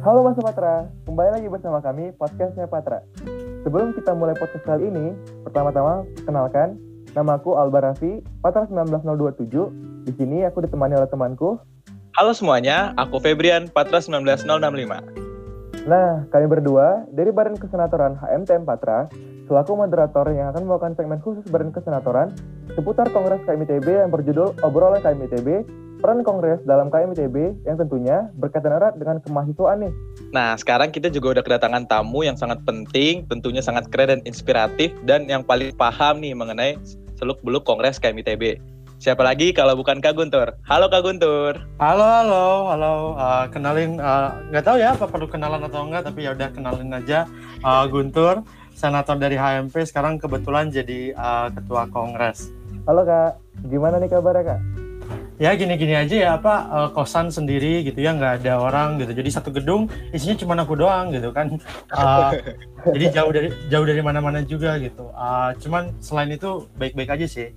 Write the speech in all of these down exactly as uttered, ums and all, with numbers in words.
Halo Mas Patra, kembali lagi bersama kami podcastnya Patra. Sebelum kita mulai podcast kali ini, pertama-tama kenalkan, nama aku Albar Raffi, Patra sembilan belas nol dua tujuh. Di sini aku ditemani oleh temanku. Halo semuanya, aku Febrian, Patra sembilan belas nol enam lima. Nah, kami berdua dari Badan Kesenatoran H M T M Patra, selaku moderator yang akan membawakan segmen khusus Badan Kesenatoran seputar Kongres K M I T B yang berjudul Obrolan K M I T B, peran Kongres dalam K M I T B yang tentunya berkaitan erat dengan kemahasiswaan nih. Nah, sekarang kita juga udah kedatangan tamu yang sangat penting, tentunya sangat keren dan inspiratif, dan yang paling paham nih mengenai seluk-beluk Kongres K M I T B. Siapa lagi kalau bukan Kak Guntur? Halo Kak Guntur. Halo, halo, halo. Uh, kenalin, nggak uh, tahu ya apa perlu kenalan atau enggak, tapi ya udah kenalin aja. Uh, Guntur, senator dari H M P, sekarang kebetulan jadi uh, ketua Kongres. Halo Kak, gimana nih kabarnya Kak? Ya gini-gini aja ya, apa uh, kosan sendiri gitu ya, nggak ada orang gitu. Jadi satu gedung isinya cuma aku doang gitu kan. Uh, jadi jauh dari jauh dari mana-mana juga gitu. Uh, cuman selain itu baik-baik aja sih.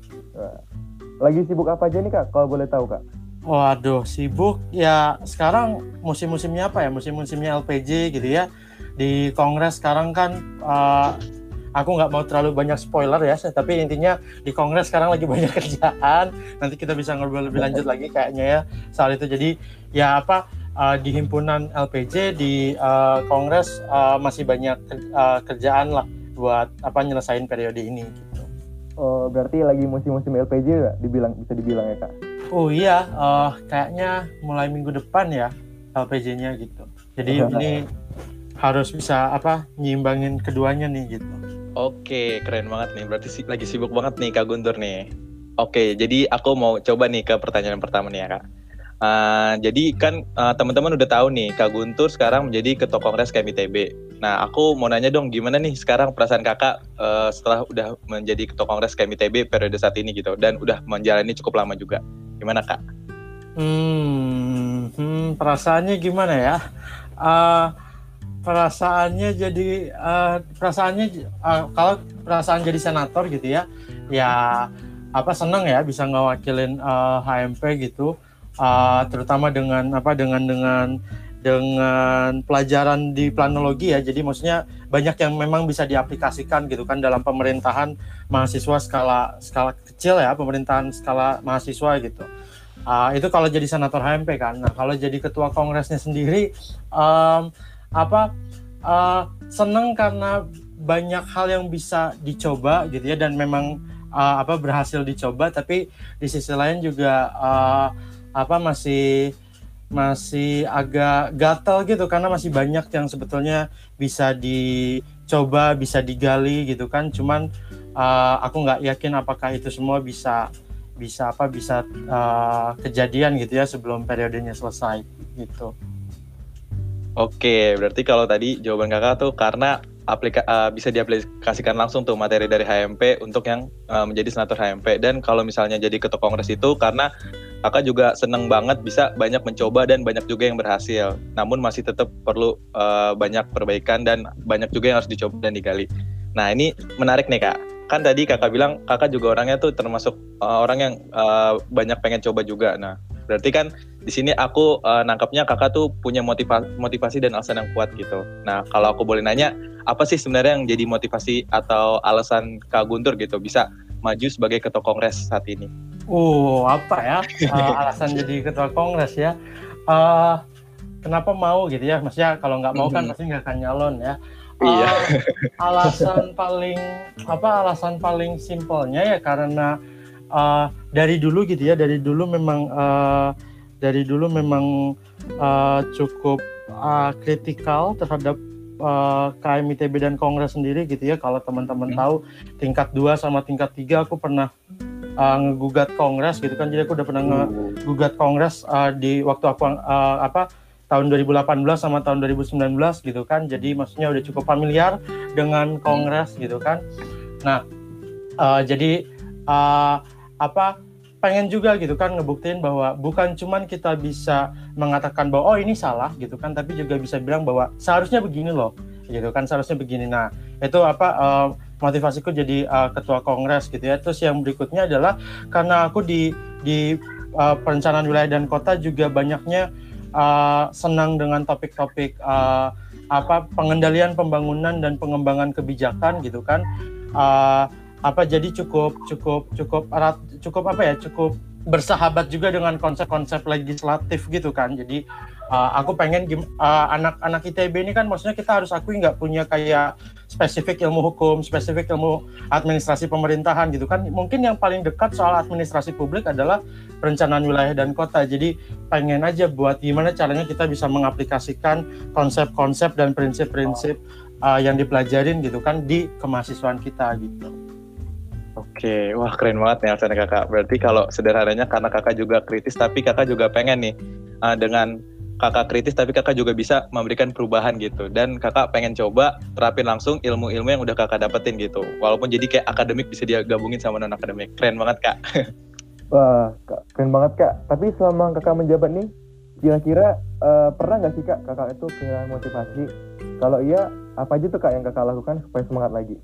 Lagi sibuk apa aja nih Kak, kalau boleh tahu Kak? Waduh, sibuk ya sekarang musim-musimnya apa ya? Musim-musimnya L P J gitu ya. Di Kongres sekarang kan uh, aku nggak mau terlalu banyak spoiler ya, tapi intinya di Kongres sekarang lagi banyak kerjaan. Nanti kita bisa ngobrol lebih lanjut lagi kayaknya ya soal itu. Jadi ya apa uh, di himpunan L P J di uh, Kongres uh, masih banyak uh, kerjaan lah buat apa nyelesain periode ini gitu. Oh, berarti lagi musim-musim L P J ya, dibilang bisa dibilang ya Kak? Oh iya, uh, kayaknya mulai minggu depan ya L P J-nya gitu. Jadi ini harus bisa apa nyimbangin keduanya nih gitu. Oke, keren banget nih. Berarti si- lagi sibuk banget nih Kak Guntur nih. Oke, jadi aku mau coba nih ke pertanyaan pertama nih ya Kak. Uh, jadi kan uh, teman-teman udah tahu nih Kak Guntur sekarang menjadi Ketua Kongres K M I T B. Nah, aku mau nanya dong, gimana nih sekarang perasaan kakak uh, setelah udah menjadi Ketua Kongres K M I T B periode saat ini gitu, dan udah menjalani cukup lama juga. Gimana Kak? Hmm, hmm perasaannya gimana ya? Uh, perasaannya jadi uh, perasaannya uh, kalau perasaan jadi senator gitu ya, ya apa seneng ya bisa ngewakilin uh, H M P gitu. Uh, terutama dengan apa dengan dengan dengan pelajaran di planologi ya, jadi maksudnya banyak yang memang bisa diaplikasikan gitu kan dalam pemerintahan mahasiswa skala skala kecil ya, pemerintahan skala mahasiswa gitu. Uh, itu kalau jadi senator H M P kan. Nah kalau jadi ketua kongresnya sendiri um, apa uh, seneng karena banyak hal yang bisa dicoba gitu ya, dan memang uh, apa berhasil dicoba, tapi di sisi lain juga uh, apa masih masih agak gatal gitu karena masih banyak yang sebetulnya bisa dicoba, bisa digali gitu kan. Cuman uh, aku nggak yakin apakah itu semua bisa bisa apa bisa uh, kejadian gitu ya sebelum periodenya selesai gitu. Oke, berarti kalau tadi jawaban kakak tuh karena aplika- uh, bisa diaplikasikan langsung tuh materi dari H M P untuk yang uh, menjadi senator H M P. Dan kalau misalnya jadi ketua kongres itu karena kakak juga seneng banget bisa banyak mencoba dan banyak juga yang berhasil. Namun masih tetap perlu uh, banyak perbaikan dan banyak juga yang harus dicoba dan digali. Nah ini menarik nih Kak. Kan tadi kakak bilang kakak juga orangnya tuh termasuk uh, orang yang uh, banyak pengen coba juga. Nah berarti kan di sini aku uh, nangkapnya kakak tuh punya motiva- motivasi dan alasan yang kuat gitu. Nah kalau aku boleh nanya, apa sih sebenarnya yang jadi motivasi atau alasan Kak Guntur gitu bisa maju sebagai ketua kongres saat ini? Oh, apa ya uh, alasan jadi ketua kongres ya? Uh, kenapa mau gitu ya? Maksudnya kalau nggak mau kan pasti nggak akan nyalon ya. Uh, Iya. alasan paling apa? Alasan paling simpelnya ya karena uh, dari dulu gitu ya, dari dulu memang uh, dari dulu memang uh, cukup uh, kritikal terhadap uh, K M I T B dan Kongres sendiri gitu ya. Kalau teman-teman hmm. tahu tingkat dua sama tingkat tiga aku pernah Uh, ngegugat kongres gitu kan, jadi aku udah pernah ngegugat kongres uh, di waktu aku uh, apa tahun dua ribu delapan belas sama tahun dua ribu sembilan belas gitu kan, jadi maksudnya udah cukup familiar dengan kongres gitu kan. Nah uh, jadi uh, apa pengen juga gitu kan ngebuktiin bahwa bukan cuman kita bisa mengatakan bahwa oh ini salah gitu kan, tapi juga bisa bilang bahwa seharusnya begini loh gitu kan, seharusnya begini. Nah itu apa uh, motivasiku jadi uh, ketua kongres gitu ya. Terus yang berikutnya adalah karena aku di di uh, perencanaan wilayah dan kota juga banyaknya uh, senang dengan topik-topik uh, apa pengendalian pembangunan dan pengembangan kebijakan gitu kan. Uh, apa jadi cukup cukup cukup erat, cukup apa ya cukup bersahabat juga dengan konsep-konsep legislatif gitu kan. Jadi uh, aku pengen uh, anak-anak I T B ini kan maksudnya kita harus akui nggak punya kayak spesifik ilmu hukum, spesifik ilmu administrasi pemerintahan gitu kan. Mungkin yang paling dekat soal administrasi publik adalah perencanaan wilayah dan kota. Jadi pengen aja buat gimana caranya kita bisa mengaplikasikan konsep-konsep dan prinsip-prinsip uh, yang dipelajarin gitu kan di kemahasiswaan kita gitu. Oke, wah keren banget nih alasannya kakak. Berarti kalau sederhananya karena kakak juga kritis, tapi kakak juga pengen nih uh, dengan kakak kritis, tapi kakak juga bisa memberikan perubahan gitu. Dan kakak pengen coba terapin langsung ilmu-ilmu yang udah kakak dapetin gitu. Walaupun jadi kayak akademik bisa dia gabungin sama non-akademik. Keren banget kak. Wah, Kak, keren banget Kak. Tapi selama kakak menjabat nih, kira-kira uh, pernah nggak sih Kak kakak itu kehilangan motivasi? Kalau iya, apa aja tuh Kak yang kakak lakukan supaya semangat lagi?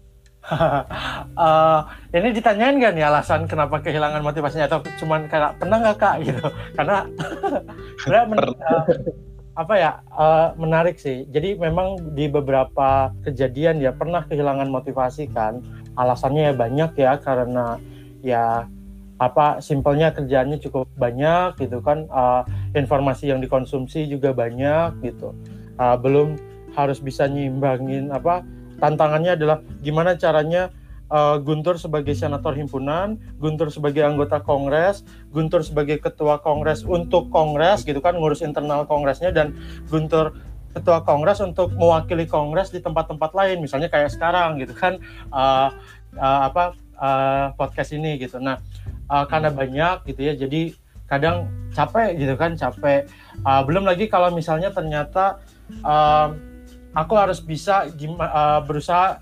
uh, ini ditanyain gak nih alasan kenapa kehilangan motivasinya atau cuman kayak pernah nggak Kak gitu? Karena sebenarnya men- uh, apa ya uh, menarik sih. Jadi memang di beberapa kejadian ya pernah kehilangan motivasi kan. Alasannya ya banyak ya karena ya apa simpelnya kerjaannya cukup banyak gitu kan. Uh, informasi yang dikonsumsi juga banyak gitu. Uh, belum harus bisa nyimbangin apa. Tantangannya adalah gimana caranya uh, Guntur sebagai senator himpunan, Guntur sebagai anggota kongres, Guntur sebagai ketua kongres untuk kongres gitu kan, ngurus internal kongresnya, dan Guntur ketua kongres untuk mewakili kongres di tempat-tempat lain, misalnya kayak sekarang gitu kan, uh, uh, apa uh, podcast ini gitu. Nah uh, karena banyak gitu ya, jadi kadang capek gitu kan, capek. Uh, belum lagi kalau misalnya ternyata uh, aku harus bisa gima, uh, berusaha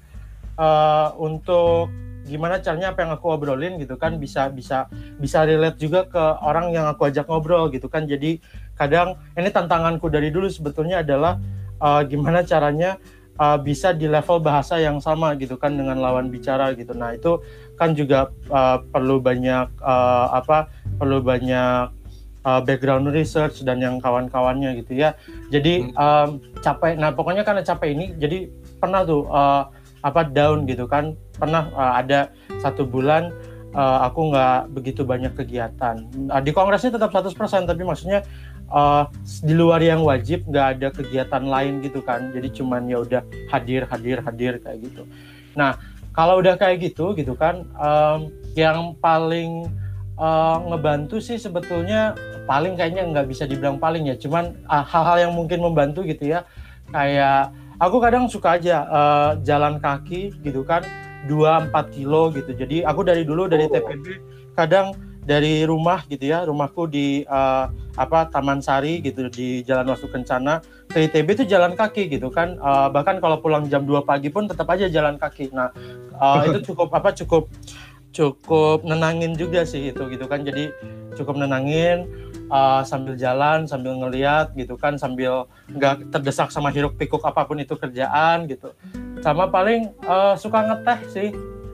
uh, untuk gimana caranya apa yang aku obrolin gitu kan bisa bisa bisa relate juga ke orang yang aku ajak ngobrol gitu kan. Jadi kadang ini tantanganku dari dulu sebetulnya adalah uh, gimana caranya uh, bisa di level bahasa yang sama gitu kan dengan lawan bicara gitu. Nah itu kan juga uh, perlu banyak uh, apa perlu banyak Uh, background research dan yang kawan-kawannya gitu ya. Jadi um, capek. Nah pokoknya karena capek ini, jadi pernah tuh uh, apa down gitu kan. Pernah uh, ada satu bulan uh, aku nggak begitu banyak kegiatan. Uh, di kongresnya tetap seratus persen, tapi maksudnya uh, di luar yang wajib nggak ada kegiatan lain gitu kan. Jadi cuman ya udah hadir, hadir, hadir kayak gitu. Nah kalau udah kayak gitu gitu kan, um, yang paling Uh, ngebantu sih sebetulnya paling kayaknya nggak bisa dibilang paling ya, cuman uh, hal-hal yang mungkin membantu gitu ya, kayak aku kadang suka aja uh, jalan kaki gitu kan dua sampai empat kilo gitu. Jadi aku dari dulu dari T P B kadang dari rumah gitu ya, rumahku di uh, apa Taman Sari gitu di Jalan Wastu Kencana ke I T B itu jalan kaki gitu kan, uh, bahkan kalau pulang jam dua pagi pun tetap aja jalan kaki. Nah uh, itu cukup apa cukup cukup nenangin juga sih itu gitu kan. Jadi cukup nenangin uh, sambil jalan, sambil ngeliat gitu kan, sambil nggak terdesak sama hiruk pikuk apapun itu kerjaan gitu. Sama paling uh, suka ngeteh sih,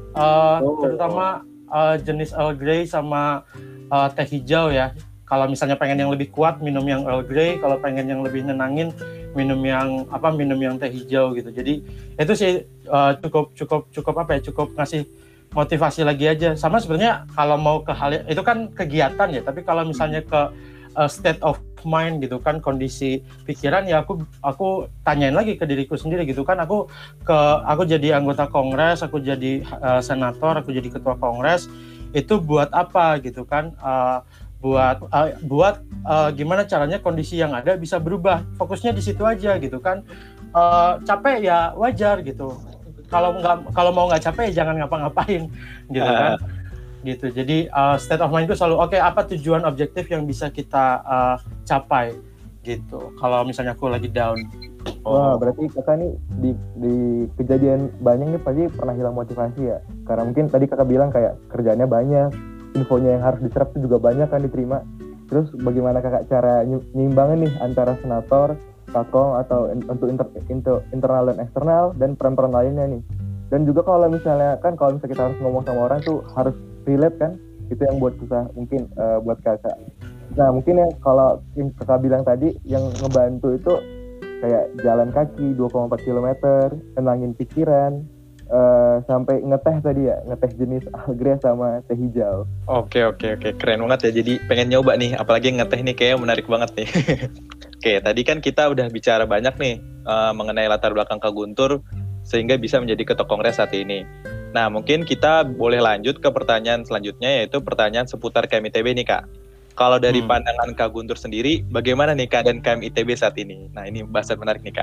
uh, oh. terutama uh, jenis Earl Grey sama uh, teh hijau ya. Kalau misalnya pengen yang lebih kuat minum yang Earl Grey, kalau pengen yang lebih nenangin minum yang apa minum yang teh hijau gitu. Jadi itu sih uh, cukup cukup cukup apa ya cukup ngasih motivasi lagi aja. Sama sebenarnya kalau mau ke hal itu kan kegiatan ya, tapi kalau misalnya ke uh, state of mind gitu kan, kondisi pikiran ya aku aku tanyain lagi ke diriku sendiri gitu kan. Aku ke aku jadi anggota kongres, aku jadi uh, senator, aku jadi ketua kongres itu buat apa gitu kan? Uh, buat uh, buat uh, gimana caranya kondisi yang ada bisa berubah. Fokusnya di situ aja gitu kan. Uh, capek ya wajar gitu. Kalau nggak kalau mau nggak capek ya jangan ngapa-ngapain gitu kan. Gitu. Jadi uh, state of mind itu selalu oke okay, apa tujuan objektif yang bisa kita uh, capai gitu. Kalau misalnya aku lagi down. Wah, berarti kakak nih di, di kejadian banyak nih pasti pernah hilang motivasi ya. Karena mungkin tadi kakak bilang kayak kerjaannya banyak, infonya yang harus diserap itu juga banyak kan diterima. Terus bagaimana kakak cara nyimbangin nih antara senator, kakong atau untuk inter, inter, internal dan eksternal dan peran-peran lainnya nih. Dan juga kalau misalnya kan kalau misalnya kita harus ngomong sama orang tuh harus relate kan, itu yang buat susah mungkin uh, buat kakak. Nah mungkin yang kalau yang kakak bilang tadi yang ngebantu itu kayak jalan kaki dua koma empat kilometer, tenangin pikiran, uh, sampai ngeteh tadi ya, ngeteh jenis Algre sama teh hijau. Oke oke oke, keren banget ya. Jadi pengen nyoba nih, apalagi ngeteh nih kayaknya menarik banget nih. Oke, tadi kan kita udah bicara banyak nih uh, mengenai latar belakang Kak Guntur sehingga bisa menjadi ketua kongres saat ini. Nah mungkin kita boleh lanjut ke pertanyaan selanjutnya, yaitu pertanyaan seputar K M I T B nih Kak. Kalau dari hmm. pandangan Kak Guntur sendiri, bagaimana nih keadaan K M I T B saat ini? Nah ini bahasan menarik nih Kak.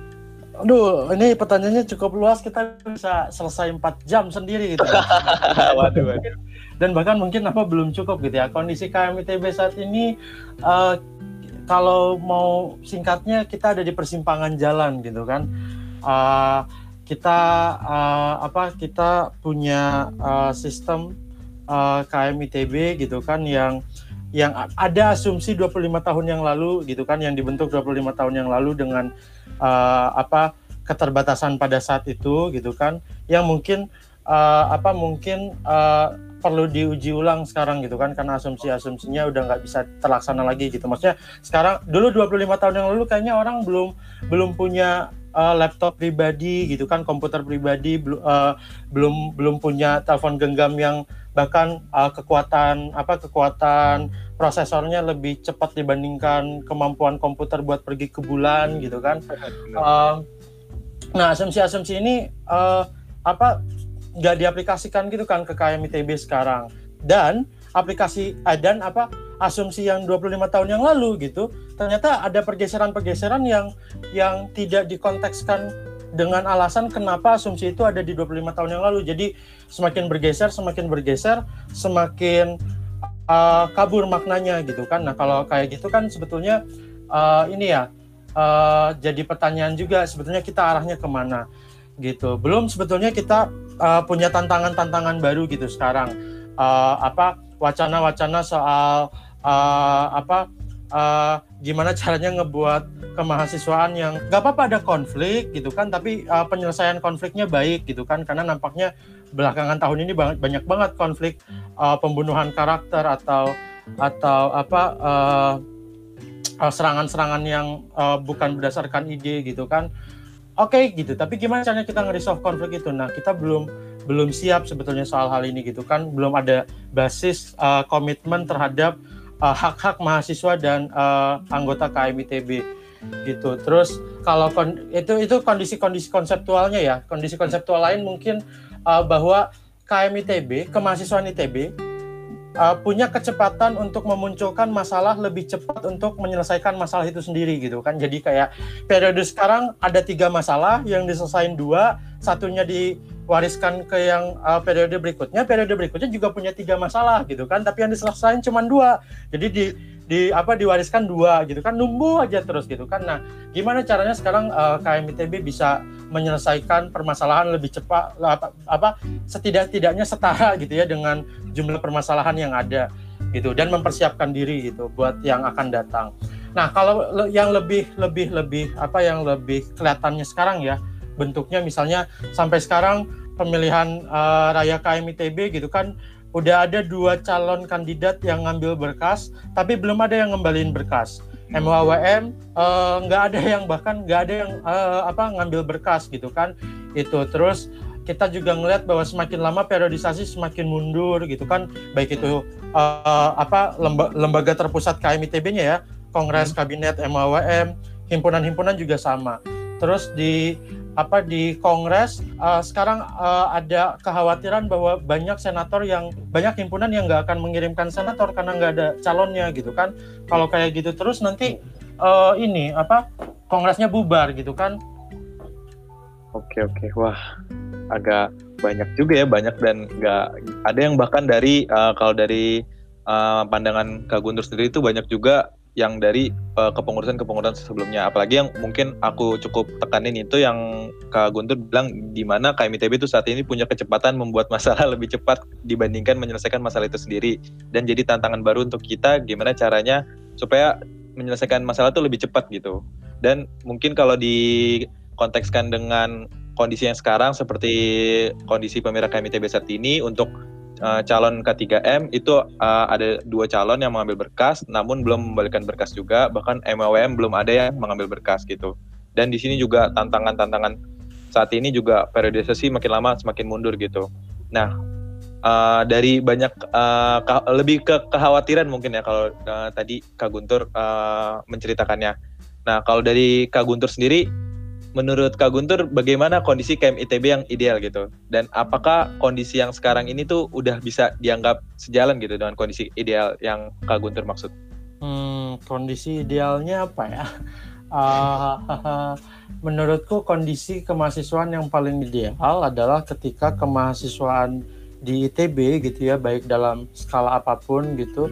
Aduh, ini pertanyaannya cukup luas, kita bisa selesai empat jam sendiri gitu. waduh, waduh. Dan bahkan mungkin apa belum cukup gitu ya. Kondisi K M I T B saat ini, uh, kalau mau singkatnya kita ada di persimpangan jalan gitu kan. Uh, kita uh, apa kita punya uh, sistem uh, K M I T B gitu kan yang yang ada asumsi dua puluh lima tahun yang lalu gitu kan, yang dibentuk dua puluh lima tahun yang lalu dengan uh, apa keterbatasan pada saat itu gitu kan, yang mungkin uh, apa mungkin uh, perlu diuji ulang sekarang gitu kan, karena asumsi-asumsinya udah nggak bisa terlaksana lagi gitu. Maksudnya sekarang, dulu dua puluh lima tahun yang lalu kayaknya orang belum belum punya uh, laptop pribadi gitu kan, komputer pribadi, bel- uh, belum belum punya telepon genggam yang bahkan uh, kekuatan apa kekuatan prosesornya lebih cepat dibandingkan kemampuan komputer buat pergi ke bulan gitu kan. Uh, nah asumsi-asumsi ini uh, apa nggak diaplikasikan gitu kan ke K M I T B sekarang, dan aplikasi uh, dan apa asumsi yang dua puluh lima tahun yang lalu gitu ternyata ada pergeseran-pergeseran yang yang tidak dikontekskan dengan alasan kenapa asumsi itu ada di dua puluh lima tahun yang lalu. Jadi semakin bergeser, semakin bergeser, semakin uh, kabur maknanya gitu kan. Nah kalau kayak gitu kan sebetulnya uh, ini ya uh, jadi pertanyaan juga sebetulnya kita arahnya kemana gitu. Belum sebetulnya kita uh, punya tantangan-tantangan baru gitu sekarang. Uh, apa wacana-wacana soal uh, apa uh, gimana caranya ngebuat kemahasiswaan yang nggak apa-apa ada konflik gitu kan, tapi uh, penyelesaian konfliknya baik gitu kan, karena nampaknya belakangan tahun ini banyak, banyak banget konflik uh, pembunuhan karakter atau atau apa uh, uh, serangan-serangan yang uh, bukan berdasarkan ide gitu kan. Oke okay, gitu, tapi gimana caranya kita nge-resolve konflik itu? Nah kita belum belum siap sebetulnya soal hal ini gitu kan, belum ada basis uh, komitmen terhadap uh, hak-hak mahasiswa dan uh, anggota K M I T B gitu. Terus kalau kon- itu itu kondisi-kondisi konseptualnya ya, kondisi konseptual lain mungkin uh, bahwa K M I T B, kemahasiswaan I T B uh, punya kecepatan untuk memunculkan masalah lebih cepat untuk menyelesaikan masalah itu sendiri gitu kan. Jadi kayak periode sekarang ada tiga masalah, yang diselesain dua, satunya diwariskan ke yang uh, periode berikutnya, periode berikutnya juga punya tiga masalah gitu kan, tapi yang diselesain cuma dua. Jadi di di apa diwariskan dua gitu kan, numbuh aja terus gitu kan. Nah gimana caranya sekarang uh, K M I T B bisa menyelesaikan permasalahan lebih cepat, apa, apa setidak-tidaknya setara gitu ya dengan jumlah permasalahan yang ada gitu, dan mempersiapkan diri gitu buat yang akan datang. Nah kalau le- yang lebih lebih lebih apa yang lebih kelihatannya sekarang ya bentuknya, misalnya sampai sekarang pemilihan uh, raya K M I T B gitu kan, udah ada dua calon kandidat yang ngambil berkas, tapi belum ada yang ngembaliin berkas. M H W M nggak uh, ada yang bahkan nggak ada yang uh, apa ngambil berkas gitu kan. Itu terus kita juga ngelihat bahwa semakin lama periodisasi semakin mundur gitu kan, baik itu uh, apa lemba- lembaga terpusat K M I T B-nya ya, Kongres, Kabinet, M H W M, himpunan-himpunan juga sama. Terus di apa di Kongres uh, sekarang uh, ada kekhawatiran bahwa banyak senator yang banyak himpunan yang nggak akan mengirimkan senator karena nggak ada calonnya gitu kan. Kalau kayak gitu terus nanti uh, ini apa Kongresnya bubar gitu kan. Oke oke, wah agak banyak juga ya, banyak dan nggak ada yang bahkan dari uh, kalau dari uh, pandangan Kak Guntur sendiri itu banyak juga yang dari uh, kepengurusan-kepengurusan sebelumnya. Apalagi yang mungkin aku cukup tekanin itu yang Kak Guntur bilang di mana K M I T B itu saat ini punya kecepatan membuat masalah lebih cepat dibandingkan menyelesaikan masalah itu sendiri, dan jadi tantangan baru untuk kita gimana caranya supaya menyelesaikan masalah itu lebih cepat gitu. Dan mungkin kalau dikontekskan dengan kondisi yang sekarang seperti kondisi pemirsa K M I T B saat ini, untuk uh, calon K tiga M itu uh, ada dua calon yang mengambil berkas, namun belum membalikan berkas juga, bahkan M W M belum ada yang mengambil berkas gitu. Dan di sini juga tantangan-tantangan saat ini juga periodisasi makin lama semakin mundur gitu. Nah, uh, dari banyak uh, ke- lebih ke kekhawatiran mungkin ya kalau uh, tadi Kak Guntur uh, menceritakannya. Nah, kalau dari Kak Guntur sendiri, menurut Kak Guntur bagaimana kondisi K M I T B yang ideal gitu? Dan apakah kondisi yang sekarang ini tuh udah bisa dianggap sejalan gitu dengan kondisi ideal yang Kak Guntur maksud? Hmm, kondisi idealnya apa ya? Uh, menurutku kondisi kemahasiswaan yang paling ideal adalah ketika kemahasiswaan di I T B gitu ya, baik dalam skala apapun gitu,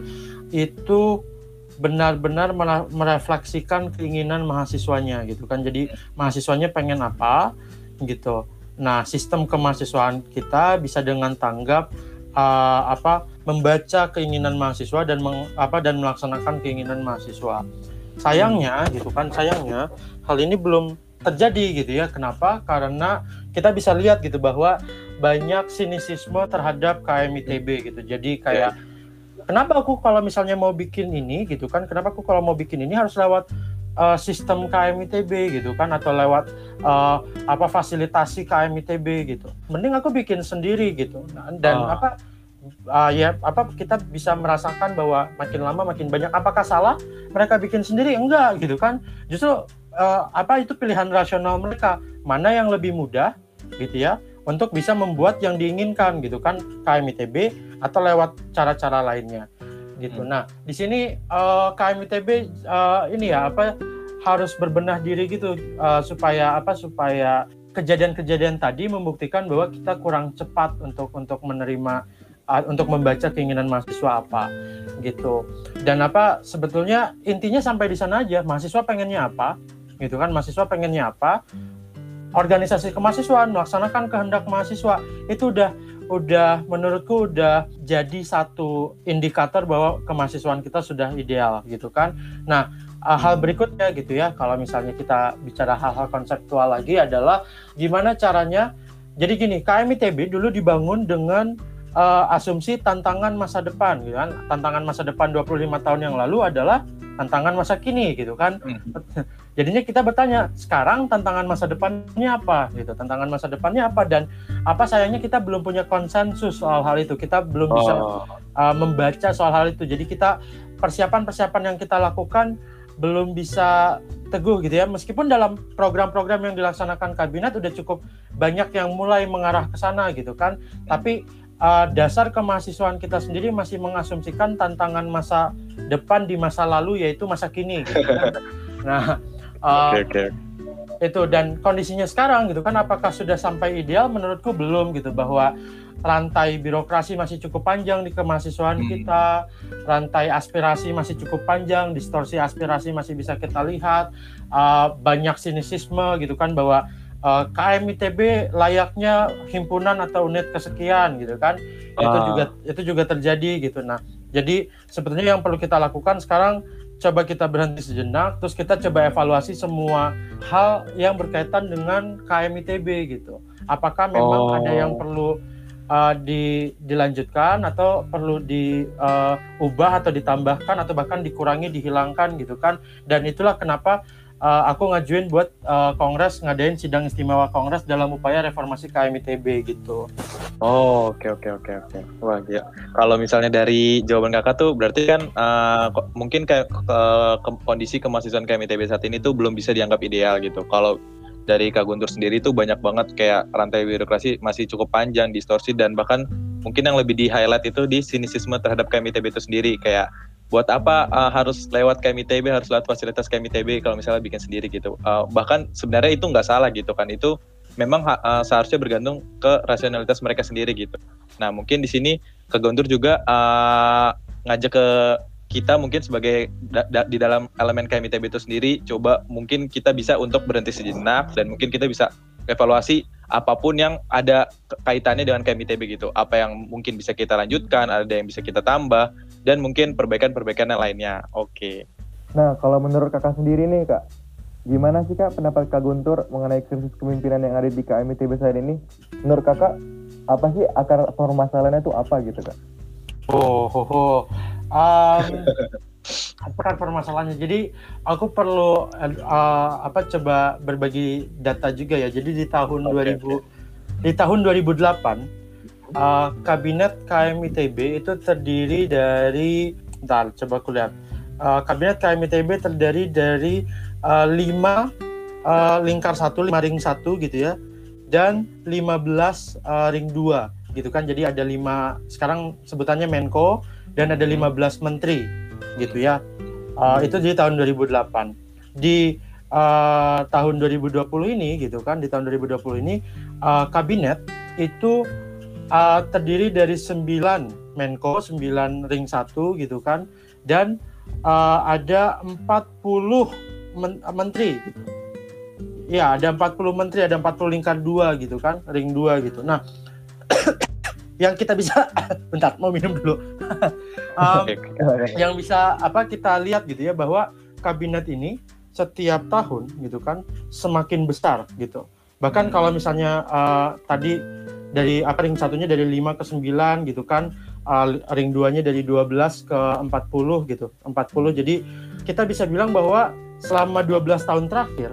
itu benar-benar merefleksikan keinginan mahasiswanya gitu kan. Jadi mahasiswanya pengen apa gitu. Nah, sistem kemahasiswaan kita bisa dengan tanggap uh, apa membaca keinginan mahasiswa dan meng, apa dan melaksanakan keinginan mahasiswa. Sayangnya gitu kan, sayangnya hal ini belum terjadi gitu ya. Kenapa? Karena kita bisa lihat gitu bahwa banyak sinisisme terhadap K M I T B gitu. Jadi kayak kenapa aku kalau misalnya mau bikin ini gitu kan, kenapa aku kalau mau bikin ini harus lewat uh, sistem K M I T B gitu kan, atau lewat uh, apa fasilitasi K M I T B gitu. Mending aku bikin sendiri gitu. Dan oh. apa uh, ya apa kita bisa merasakan bahwa makin lama makin banyak. Apakah salah mereka bikin sendiri? Enggak gitu kan. Justru uh, apa itu pilihan rasional mereka. Mana yang lebih mudah gitu ya untuk bisa membuat yang diinginkan gitu kan, K M I T B atau lewat cara-cara lainnya gitu. Hmm. Nah, di sini uh, K M I T B uh, ini ya apa harus berbenah diri gitu uh, supaya apa supaya kejadian-kejadian tadi membuktikan bahwa kita kurang cepat untuk untuk menerima uh, untuk membaca keinginan mahasiswa apa gitu. Dan apa sebetulnya intinya sampai di sana aja, mahasiswa pengennya apa gitu kan, mahasiswa pengennya apa, organisasi kemahasiswaan melaksanakan kehendak mahasiswa, itu udah udah menurutku udah jadi satu indikator bahwa kemahasiswaan kita sudah ideal gitu kan. Nah, hal berikutnya gitu ya, kalau misalnya kita bicara hal-hal konseptual lagi adalah gimana caranya. Jadi gini, K M I T B dulu dibangun dengan uh, asumsi tantangan masa depan gitu kan. Tantangan masa depan dua puluh lima tahun yang lalu adalah tantangan masa kini gitu kan. Hmm. Jadinya kita bertanya, sekarang tantangan masa depannya apa gitu. Tantangan masa depannya apa, dan apa sayangnya kita belum punya konsensus soal hal itu. Kita belum bisa oh. uh, membaca soal hal itu. Jadi kita persiapan-persiapan yang kita lakukan belum bisa teguh gitu ya. Meskipun dalam program-program yang dilaksanakan kabinet udah cukup banyak yang mulai mengarah ke sana gitu kan. Tapi Uh, dasar kemahasiswaan kita sendiri masih mengasumsikan tantangan masa depan di masa lalu, yaitu masa kini gitu kan. Nah uh, okay, okay. itu dan kondisinya sekarang gitu kan, apakah sudah sampai ideal? Menurutku belum gitu, bahwa rantai birokrasi masih cukup panjang di kemahasiswaan hmm. kita, rantai aspirasi masih cukup panjang, distorsi aspirasi masih bisa kita lihat, uh, banyak sinisisme gitu kan, bahwa Uh, K M I T B layaknya himpunan atau unit kesekian gitu kan. uh. itu juga itu juga terjadi gitu. Nah, jadi sebetulnya yang perlu kita lakukan sekarang, coba kita berhenti sejenak, terus kita coba evaluasi semua hal yang berkaitan dengan K M I T B gitu. Apakah memang oh. ada yang perlu uh, di, dilanjutkan atau perlu diubah uh, atau ditambahkan atau bahkan dikurangi, dihilangkan gitu kan. Dan itulah kenapa Uh, aku ngajuin buat uh, Kongres ngadain sidang istimewa Kongres dalam upaya reformasi K M I T B gitu. Oh, oke oke oke oke. Wah, ya. Kalau misalnya dari jawaban kakak tuh berarti kan uh, mungkin kayak uh, ke- kondisi kemahasiswaan K M I T B saat ini tuh belum bisa dianggap ideal gitu. Kalau dari Kak Guntur sendiri tuh banyak banget kayak rantai birokrasi masih cukup panjang, distorsi, dan bahkan mungkin yang lebih di-highlight itu di sinisisme terhadap K M I T B itu sendiri. Kayak buat apa uh, harus lewat K M I T B, harus lewat fasilitas K M I T B kalau misalnya bikin sendiri gitu. Uh, bahkan sebenarnya itu nggak salah gitu kan, itu memang uh, seharusnya bergantung ke rasionalitas mereka sendiri gitu. Nah, mungkin di sini Kak Guntur juga uh, ngajak ke kita mungkin sebagai da- da- di dalam elemen K M I T B itu sendiri, coba mungkin kita bisa untuk berhenti sejenak dan mungkin kita bisa evaluasi apapun yang ada kaitannya dengan K M I T B gitu. Apa yang mungkin bisa kita lanjutkan, ada yang bisa kita tambah, dan mungkin perbaikan-perbaikan yang lainnya. Oke. Okay. Nah, kalau menurut kakak sendiri nih kak, gimana sih kak pendapat Kak Guntur mengenai krisis kepemimpinan yang ada di K M I T B saat ini? Menurut kakak, apa sih akar permasalahannya itu apa gitu Kak? Oh, ho, ho. Um, apa kan permasalahannya? Jadi aku perlu uh, apa coba berbagi data juga ya. Jadi di tahun Oke, dua ribu di tahun dua ribu delapan uh, kabinet K M I T B itu terdiri dari, bentar, coba aku lihat. Uh, kabinet K M I T B terdiri dari uh, lima uh, lingkar satu, lima ring satu gitu ya, dan lima belas uh, ring dua gitu kan. Jadi ada lima, sekarang sebutannya Menko, dan ada lima belas menteri gitu ya. Uh, itu di tahun dua ribu delapan. Di uh, tahun dua ribu dua puluh ini gitu kan, di tahun dua ribu dua puluh ini uh, kabinet itu uh, terdiri dari sembilan Menko, sembilan ring satu gitu kan, dan uh, ada empat puluh men- menteri gitu. Ya, ada empat puluh menteri, ada empat puluh lingkar dua gitu kan, ring dua gitu. Nah, yang kita bisa bentar, mau minum dulu. um, yang bisa apa kita lihat gitu ya, bahwa kabinet ini setiap tahun gitu kan semakin besar gitu. Bahkan kalau misalnya uh, tadi dari apa ring satunya dari lima ke sembilan gitu kan, uh, ring duanya dari dua belas ke empat puluh gitu, empat puluh. Jadi kita bisa bilang bahwa selama dua belas tahun terakhir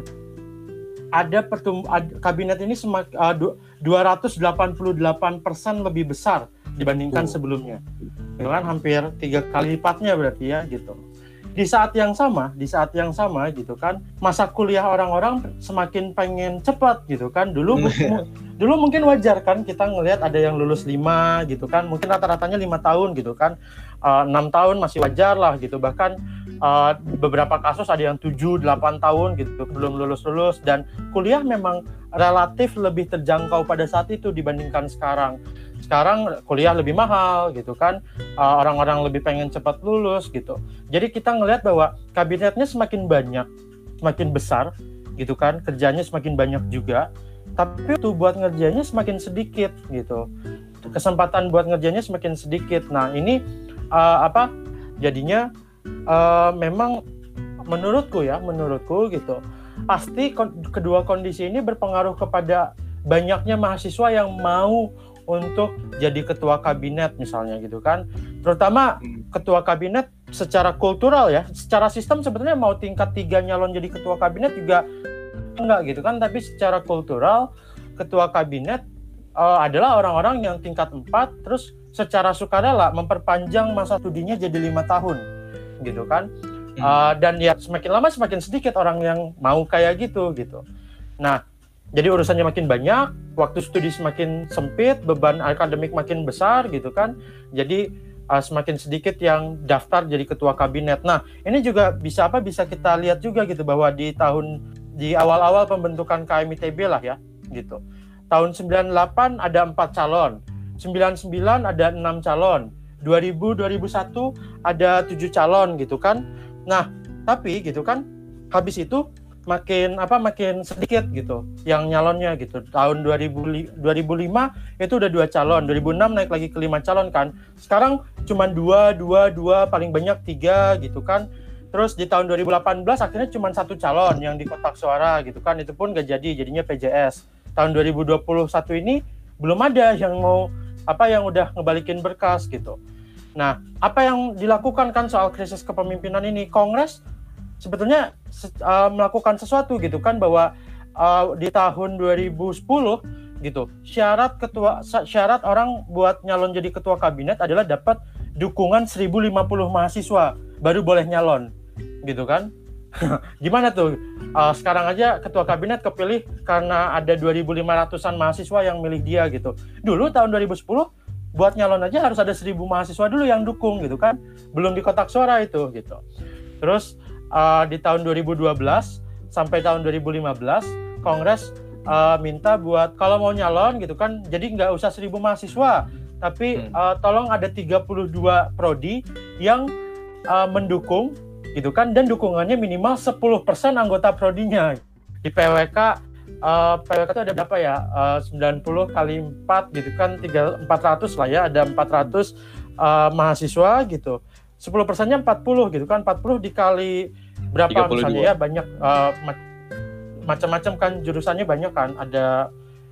ada pertum- ad- kabinet ini semak, uh, dua ratus delapan puluh delapan persen lebih besar dibandingkan sebelumnya. Itu kan hampir tiga kali lipatnya berarti ya gitu. Di saat yang sama, di saat yang sama gitu kan, masa kuliah orang-orang semakin pengen cepat gitu kan. Dulu mu- dulu mungkin wajar kan kita ngelihat ada yang lulus lima gitu kan, mungkin rata-ratanya lima tahun gitu kan. Uh, enam tahun masih wajar lah gitu. Bahkan uh, beberapa kasus ada yang tujuh delapan tahun gitu belum lulus-lulus, dan kuliah memang relatif lebih terjangkau pada saat itu dibandingkan sekarang. Sekarang kuliah lebih mahal gitu kan, uh, orang-orang lebih pengen cepat lulus gitu. Jadi kita ngelihat bahwa kabinetnya semakin banyak, semakin besar gitu kan, kerjanya semakin banyak juga, tapi tuh buat ngerjainnya semakin sedikit gitu. Kesempatan buat ngerjainnya semakin sedikit. Nah ini uh, apa? Jadinya uh, memang menurutku ya, menurutku gitu, pasti kon- kedua kondisi ini berpengaruh kepada banyaknya mahasiswa yang mau untuk jadi ketua kabinet misalnya gitu kan. Terutama ketua kabinet secara kultural ya, secara sistem sebetulnya mau tingkat tiga nyalon jadi ketua kabinet juga enggak gitu kan, tapi secara kultural ketua kabinet uh, adalah orang-orang yang tingkat empat terus secara sukarela memperpanjang masa studinya jadi lima tahun gitu kan. Uh, dan ya semakin lama semakin sedikit orang yang mau kayak gitu gitu. Nah, jadi urusannya makin banyak, waktu studi semakin sempit, beban akademik makin besar gitu kan. Jadi uh, semakin sedikit yang daftar jadi ketua kabinet. Nah, ini juga bisa apa? Bisa kita lihat juga gitu bahwa di tahun di awal-awal pembentukan K M I T B lah ya, gitu. Tahun sembilan puluh delapan ada empat calon, sembilan puluh sembilan ada enam calon, dua ribu dua ribu satu ada tujuh calon gitu kan. Nah, tapi gitu kan habis itu makin apa makin sedikit gitu yang nyalonnya gitu. Tahun dua ribu, dua ribu lima itu udah dua calon, dua ribu enam naik lagi ke lima calon kan. Sekarang cuma dua, dua, dua, paling banyak tiga gitu kan. Terus di tahun dua ribu delapan belas akhirnya cuma satu calon yang di kotak suara gitu kan. Itu pun gak jadi, jadinya P J S. Tahun dua ribu dua puluh satu ini belum ada yang mau apa yang udah ngebalikin berkas gitu. Nah, apa yang dilakukan kan soal krisis kepemimpinan ini? Kongres sebetulnya uh, melakukan sesuatu gitu kan, bahwa uh, di tahun dua ribu sepuluh gitu syarat ketua syarat orang buat nyalon jadi ketua kabinet adalah dapat dukungan seribu lima puluh mahasiswa baru boleh nyalon gitu kan. Gimana tuh uh, sekarang aja ketua kabinet kepilih karena ada dua ribu lima ratusan mahasiswa yang milih dia gitu. Dulu tahun dua ribu sepuluh buat nyalon aja harus ada seribu mahasiswa dulu yang dukung gitu kan, belum di kotak suara itu gitu. Terus Uh, di tahun dua ribu dua belas sampai tahun dua ribu lima belas Kongres uh, minta buat kalau mau nyalon gitu kan, jadi nggak usah seribu mahasiswa, tapi uh, tolong ada tiga puluh dua prodi yang uh, mendukung gitu kan, dan dukungannya minimal sepuluh persen anggota prodinya. Di P W K uh, P W K itu ada berapa ya, uh, sembilan puluh kali empat gitu kan, empat ratus lah ya, ada empat ratus uh, mahasiswa gitu. sepuluh persennya empat puluh gitu kan, empat puluh dikali berapa misalnya ya, banyak uh, macam-macam kan jurusannya, banyak kan, ada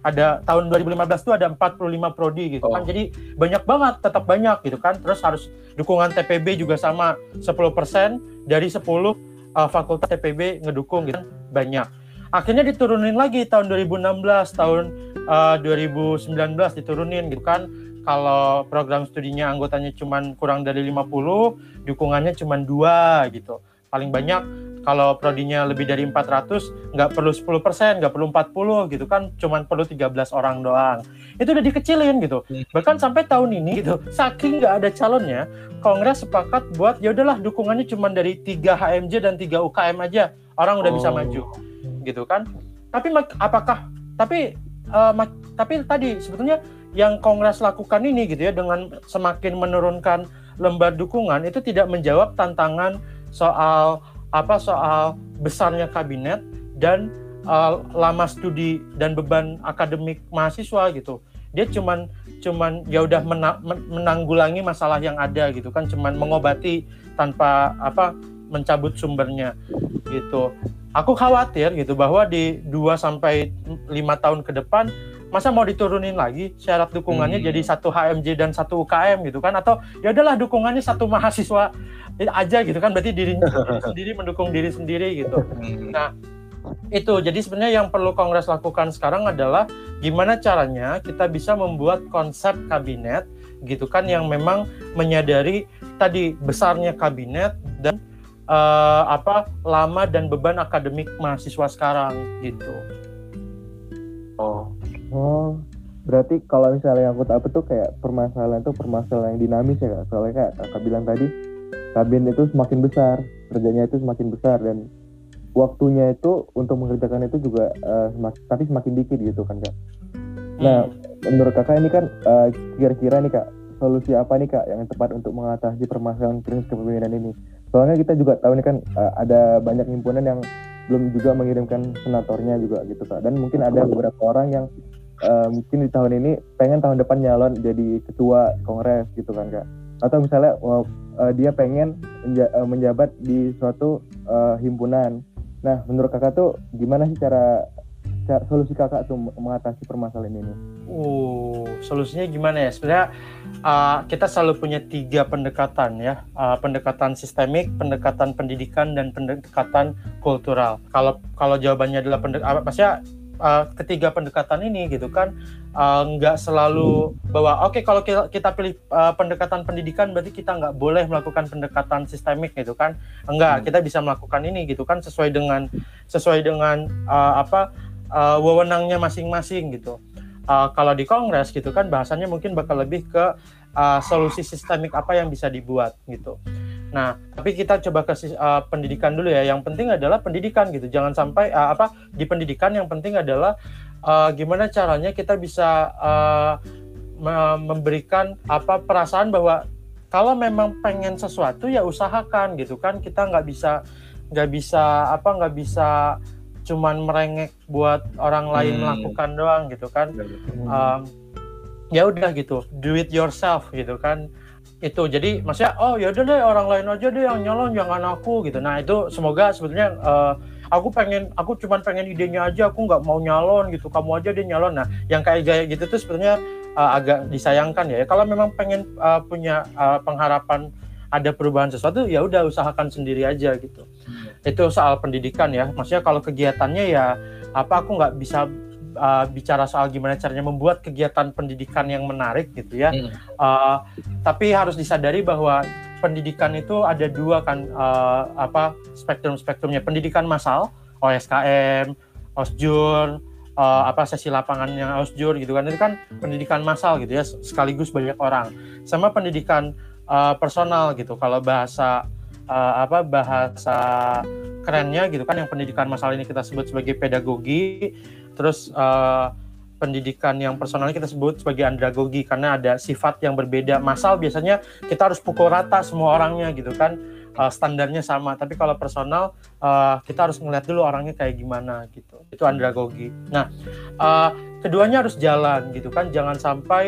ada tahun dua ribu lima belas tuh ada empat puluh lima prodi gitu Oh. kan. Jadi banyak banget, tetap banyak gitu kan. Terus harus dukungan T P B juga sama sepuluh persen dari sepuluh uh, fakultas T P B ngedukung gitu kan, banyak. Akhirnya diturunin lagi tahun dua ribu enam belas, tahun uh, dua ribu sembilan belas diturunin gitu kan. Kalau program studinya anggotanya cuma kurang dari lima puluh, dukungannya cuma dua gitu. Paling banyak kalau prodinya lebih dari empat ratus, nggak perlu sepuluh persen, nggak perlu empat puluh gitu kan, cuma perlu tiga belas orang doang. Itu udah dikecilin gitu. Bahkan sampai tahun ini gitu, saking nggak ada calonnya, Kongres sepakat buat ya udahlah dukungannya cuma dari tiga H M J dan tiga U K M aja, orang udah Oh. bisa maju gitu kan. Tapi apakah tapi uh, tapi tadi sebetulnya yang Kongres lakukan ini gitu ya, dengan semakin menurunkan lembar dukungan itu tidak menjawab tantangan soal apa soal besarnya kabinet dan uh, lama studi dan beban akademik mahasiswa gitu. Dia cuman cuman ya udah mena- menanggulangi masalah yang ada gitu kan, cuman mengobati tanpa apa mencabut sumbernya gitu. Aku khawatir gitu bahwa di dua sampai lima tahun ke depan masa mau diturunin lagi syarat dukungannya hmm. jadi satu H M J dan satu U K M gitu kan, atau ya udahlah dukungannya satu mahasiswa aja gitu kan, berarti diri, diri sendiri mendukung diri sendiri gitu. Nah itu jadi sebenarnya yang perlu Kongres lakukan sekarang adalah gimana caranya kita bisa membuat konsep kabinet gitu kan yang memang menyadari tadi besarnya kabinet dan uh, apa lama dan beban akademik mahasiswa sekarang gitu. Oh. Oh, berarti kalau misalnya aku tahu tuh kayak permasalahan itu permasalahan yang dinamis ya Kak. Soalnya kayak Kakak bilang tadi, kabinet itu semakin besar, kerjanya itu semakin besar dan waktunya itu untuk mengerjakan itu juga uh, semak, tapi semakin dikit gitu kan Kak. Nah, hmm. menurut Kakak ini kan uh, kira-kira nih Kak, solusi apa nih Kak yang tepat untuk mengatasi permasalahan krisis kepemimpinan ini? Soalnya kita juga tahu ini kan uh, ada banyak himpunan yang belum juga mengirimkan senatornya juga gitu Kak. Dan mungkin ada beberapa orang yang Uh, mungkin di tahun ini pengen tahun depan nyalon jadi ketua Kongres gitu kan Kak, atau misalnya uh, uh, dia pengen menja- uh, menjabat di suatu uh, himpunan. Nah menurut Kakak tuh gimana sih cara, cara solusi Kakak tuh mengatasi permasalahan ini? Uh, solusinya gimana ya? Sebenarnya uh, kita selalu punya tiga pendekatan ya, uh, pendekatan sistemik, pendekatan pendidikan, dan pendekatan kultural. Kalau kalau jawabannya adalah pendekatan, maksudnya Uh, ketiga pendekatan ini gitu kan uh, nggak selalu bahwa oke okay, kalau kita, kita pilih uh, pendekatan pendidikan berarti kita nggak boleh melakukan pendekatan sistemik gitu kan, enggak, hmm. kita bisa melakukan ini gitu kan sesuai dengan sesuai dengan uh, apa uh, wewenangnya masing-masing gitu. Uh, kalau di Kongres gitu kan bahasanya mungkin bakal lebih ke uh, solusi sistemik apa yang bisa dibuat gitu. Nah, tapi kita coba ke uh, pendidikan dulu ya. Yang penting adalah pendidikan gitu. Jangan sampai uh, apa di pendidikan yang penting adalah uh, gimana caranya kita bisa uh, me- memberikan apa perasaan bahwa kalau memang pengen sesuatu ya usahakan gitu kan. Kita nggak bisa nggak bisa apa nggak bisa cuman merengek buat orang lain hmm. melakukan doang gitu kan. Hmm. Um, ya udah gitu, do it yourself gitu kan. Itu jadi maksudnya oh ya udah deh orang lain aja deh yang nyalon jangan aku gitu. Nah itu semoga sebetulnya uh, aku pengen aku cuma pengen idenya aja, aku nggak mau nyalon gitu, kamu aja deh nyalon. Nah yang kayak kayak gitu tuh sebetulnya uh, agak disayangkan ya. Kalau memang pengen uh, punya uh, pengharapan ada perubahan sesuatu ya udah usahakan sendiri aja gitu. Hmm. Itu soal pendidikan ya. Maksudnya kalau kegiatannya ya apa aku nggak bisa Uh, bicara soal gimana caranya membuat kegiatan pendidikan yang menarik gitu ya. Hmm. Uh, tapi harus disadari bahwa pendidikan itu ada dua kan uh, apa spektrum-spektrumnya. Pendidikan massal, O S K M, Osjur, uh, apa sesi lapangan yang Osjur gitu kan. Itu kan pendidikan massal gitu ya, sekaligus banyak orang. Sama pendidikan uh, personal gitu. Kalau bahasa uh, apa bahasa kerennya gitu kan yang pendidikan massal ini kita sebut sebagai pedagogi. Terus uh, pendidikan yang personalnya kita sebut sebagai andragogi karena ada sifat yang berbeda. Massal biasanya kita harus pukul rata semua orangnya gitu kan, uh, standarnya sama. Tapi kalau personal uh, kita harus ngeliat dulu orangnya kayak gimana gitu. Itu andragogi. Nah uh, keduanya harus jalan gitu kan, jangan sampai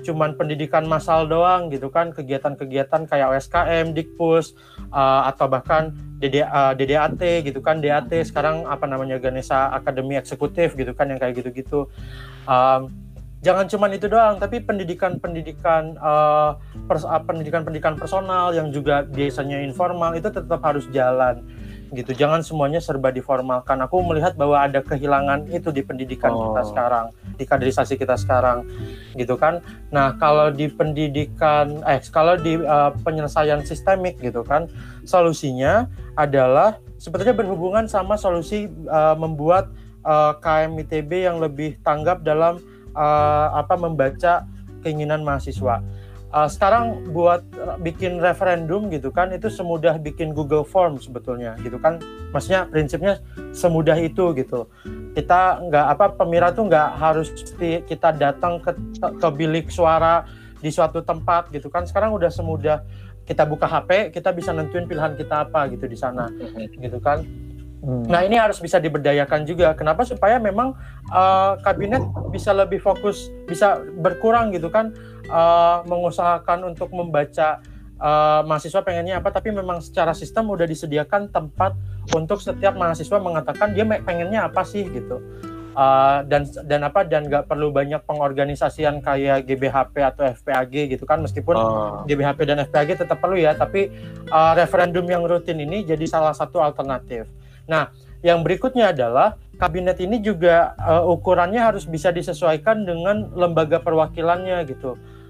cuman pendidikan massal doang gitu kan, kegiatan-kegiatan kayak O S K M, Dikpus, uh, atau bahkan D D, uh, D D A T gitu kan, D A T sekarang apa namanya Ganesha Akademi Eksekutif gitu kan, yang kayak gitu-gitu. Um, jangan cuman itu doang, tapi pendidikan-pendidikan uh, pers- uh, pendidikan-pendidikan personal yang juga biasanya informal itu tetap harus jalan gitu. Jangan semuanya serba diformalkan. Aku melihat bahwa ada kehilangan itu di pendidikan oh. kita sekarang, di kaderisasi kita sekarang gitu kan. Nah, kalau di pendidikan eh kalau di uh, penyelesaian sistemik gitu kan, solusinya adalah sebetulnya berhubungan sama solusi uh, membuat uh, K M I T B yang lebih tanggap dalam uh, apa membaca keinginan mahasiswa. Uh, sekarang buat bikin referendum gitu kan, itu semudah bikin Google Form sebetulnya gitu kan. Maksudnya prinsipnya semudah itu gitu. Kita nggak apa pemirsa tuh nggak harus kita datang ke, ke bilik suara di suatu tempat gitu kan. Sekarang udah semudah kita buka H P, kita bisa nentuin pilihan kita apa gitu di sana gitu kan. Hmm. Nah, ini harus bisa diberdayakan juga. Kenapa? Supaya memang uh, kabinet bisa lebih fokus, bisa berkurang gitu kan, uh, mengusahakan untuk membaca uh, mahasiswa pengennya apa, tapi memang secara sistem udah disediakan tempat untuk setiap mahasiswa mengatakan dia pengennya apa sih gitu. Uh, dan dan apa dan nggak perlu banyak pengorganisasian kayak G B H P atau F P A G gitu kan, meskipun oh. G B H P dan F P A G tetap perlu ya, tapi uh, referendum yang rutin ini jadi salah satu alternatif. Nah, yang berikutnya adalah kabinet ini juga uh, ukurannya harus bisa disesuaikan dengan lembaga perwakilannya gitu.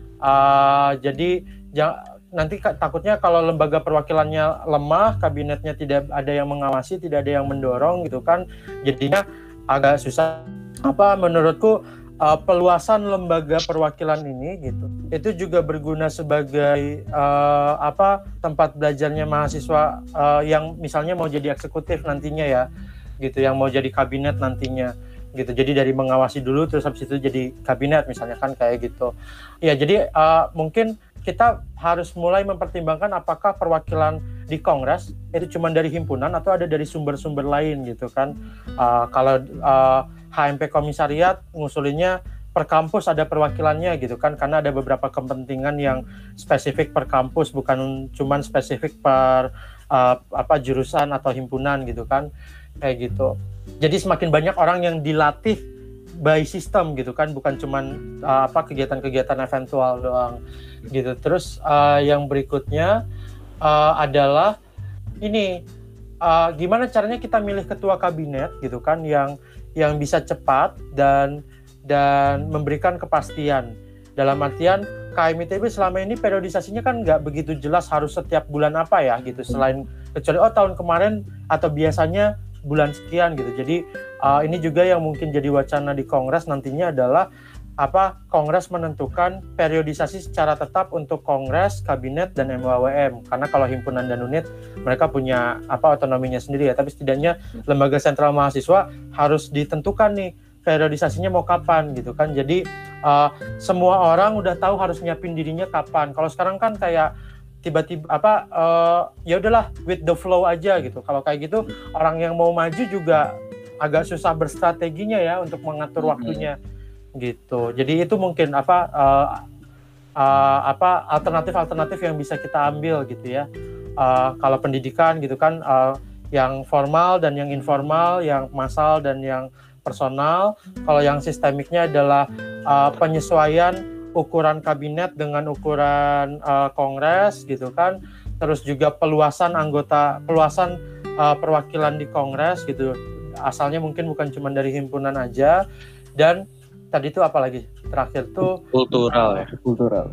Uh, jadi jang, nanti k- takutnya kalau lembaga perwakilannya lemah, kabinetnya tidak ada yang mengawasi, tidak ada yang mendorong gitu kan, jadinya agak susah. Apa menurutku uh, peluasan lembaga perwakilan ini gitu, itu juga berguna sebagai uh, apa tempat belajarnya mahasiswa uh, yang misalnya mau jadi eksekutif nantinya ya gitu, yang mau jadi kabinet nantinya gitu. Jadi dari mengawasi dulu terus habis itu jadi kabinet misalnya kan kayak gitu ya. Jadi uh, mungkin kita harus mulai mempertimbangkan apakah perwakilan di Kongres itu cuma dari himpunan atau ada dari sumber-sumber lain gitu kan. Uh, kalau uh, H M P Komisariat ngusulinnya per kampus ada perwakilannya gitu kan, karena ada beberapa kepentingan yang spesifik per kampus, bukan cuma spesifik per uh, apa jurusan atau himpunan gitu kan, kayak gitu. Jadi semakin banyak orang yang dilatih by system gitu kan, bukan cuma uh, apa kegiatan-kegiatan eventual doang gitu. Terus uh, yang berikutnya uh, adalah ini uh, gimana caranya kita milih ketua kabinet gitu kan, yang yang bisa cepat dan dan memberikan kepastian. Dalam artian K M I T B selama ini periodisasinya kan nggak begitu jelas harus setiap bulan apa ya gitu, selain kecuali oh tahun kemarin atau biasanya bulan sekian gitu. Jadi uh, ini juga yang mungkin jadi wacana di Kongres nantinya adalah apa Kongres menentukan periodisasi secara tetap untuk Kongres, Kabinet, dan M W W M. Karena kalau himpunan dan unit mereka punya apa otonominya sendiri ya, tapi setidaknya lembaga sentral mahasiswa harus ditentukan nih periodisasinya mau kapan gitu kan. Jadi uh, semua orang udah tahu harus nyiapin dirinya kapan. Kalau sekarang kan kayak tiba-tiba apa uh, ya udahlah with the flow aja gitu. Kalau kayak gitu orang yang mau maju juga agak susah berstrateginya ya untuk mengatur waktunya gitu. Jadi itu mungkin apa uh, uh, apa alternatif-alternatif yang bisa kita ambil gitu ya. Uh, kalau pendidikan gitu kan uh, yang formal dan yang informal, yang massal dan yang personal. Kalau yang sistemiknya adalah uh, penyesuaian ukuran kabinet dengan ukuran uh, kongres gitu kan. Terus juga peluasan anggota, peluasan uh, perwakilan di kongres gitu. Asalnya mungkin bukan cuma dari himpunan aja. Dan tadi itu apa lagi? Terakhir tuh kultural ya. Kultural.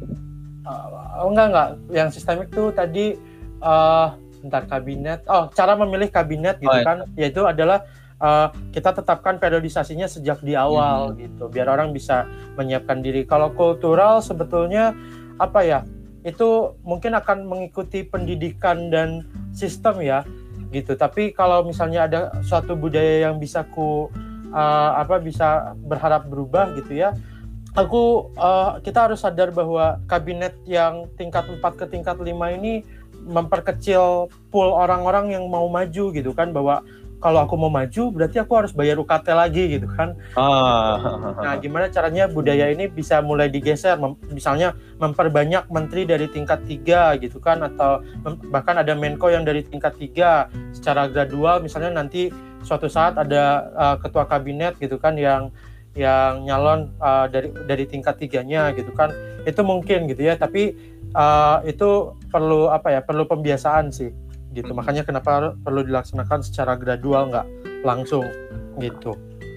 Uh, enggak enggak. Yang sistemik tuh tadi uh, bentar kabinet. Oh, cara memilih kabinet gitu oh, ya. kan. Yaitu adalah Uh, kita tetapkan periodisasinya sejak di awal hmm. gitu, biar orang bisa menyiapkan diri. Kalau kultural sebetulnya apa ya, itu mungkin akan mengikuti pendidikan dan sistem ya gitu. Tapi kalau misalnya ada suatu budaya yang bisa ku uh, apa bisa berharap berubah gitu ya, aku uh, kita harus sadar bahwa kabinet yang tingkat empat ke tingkat lima ini memperkecil pool orang-orang yang mau maju gitu kan, bahwa kalau aku mau maju berarti aku harus bayar U K T lagi gitu kan. Ah. Nah, gimana caranya budaya ini bisa mulai digeser, mem- misalnya memperbanyak menteri dari tingkat tiga gitu kan, atau mem- bahkan ada Menko yang dari tingkat tiga secara gradual, misalnya nanti suatu saat ada uh, ketua kabinet gitu kan yang yang nyalon uh, dari dari tingkat tiganya gitu kan, itu mungkin gitu ya, tapi uh, itu perlu apa ya, perlu pembiasaan sih gitu. Hmm. Makanya kenapa perlu dilaksanakan secara gradual, nggak langsung gitu.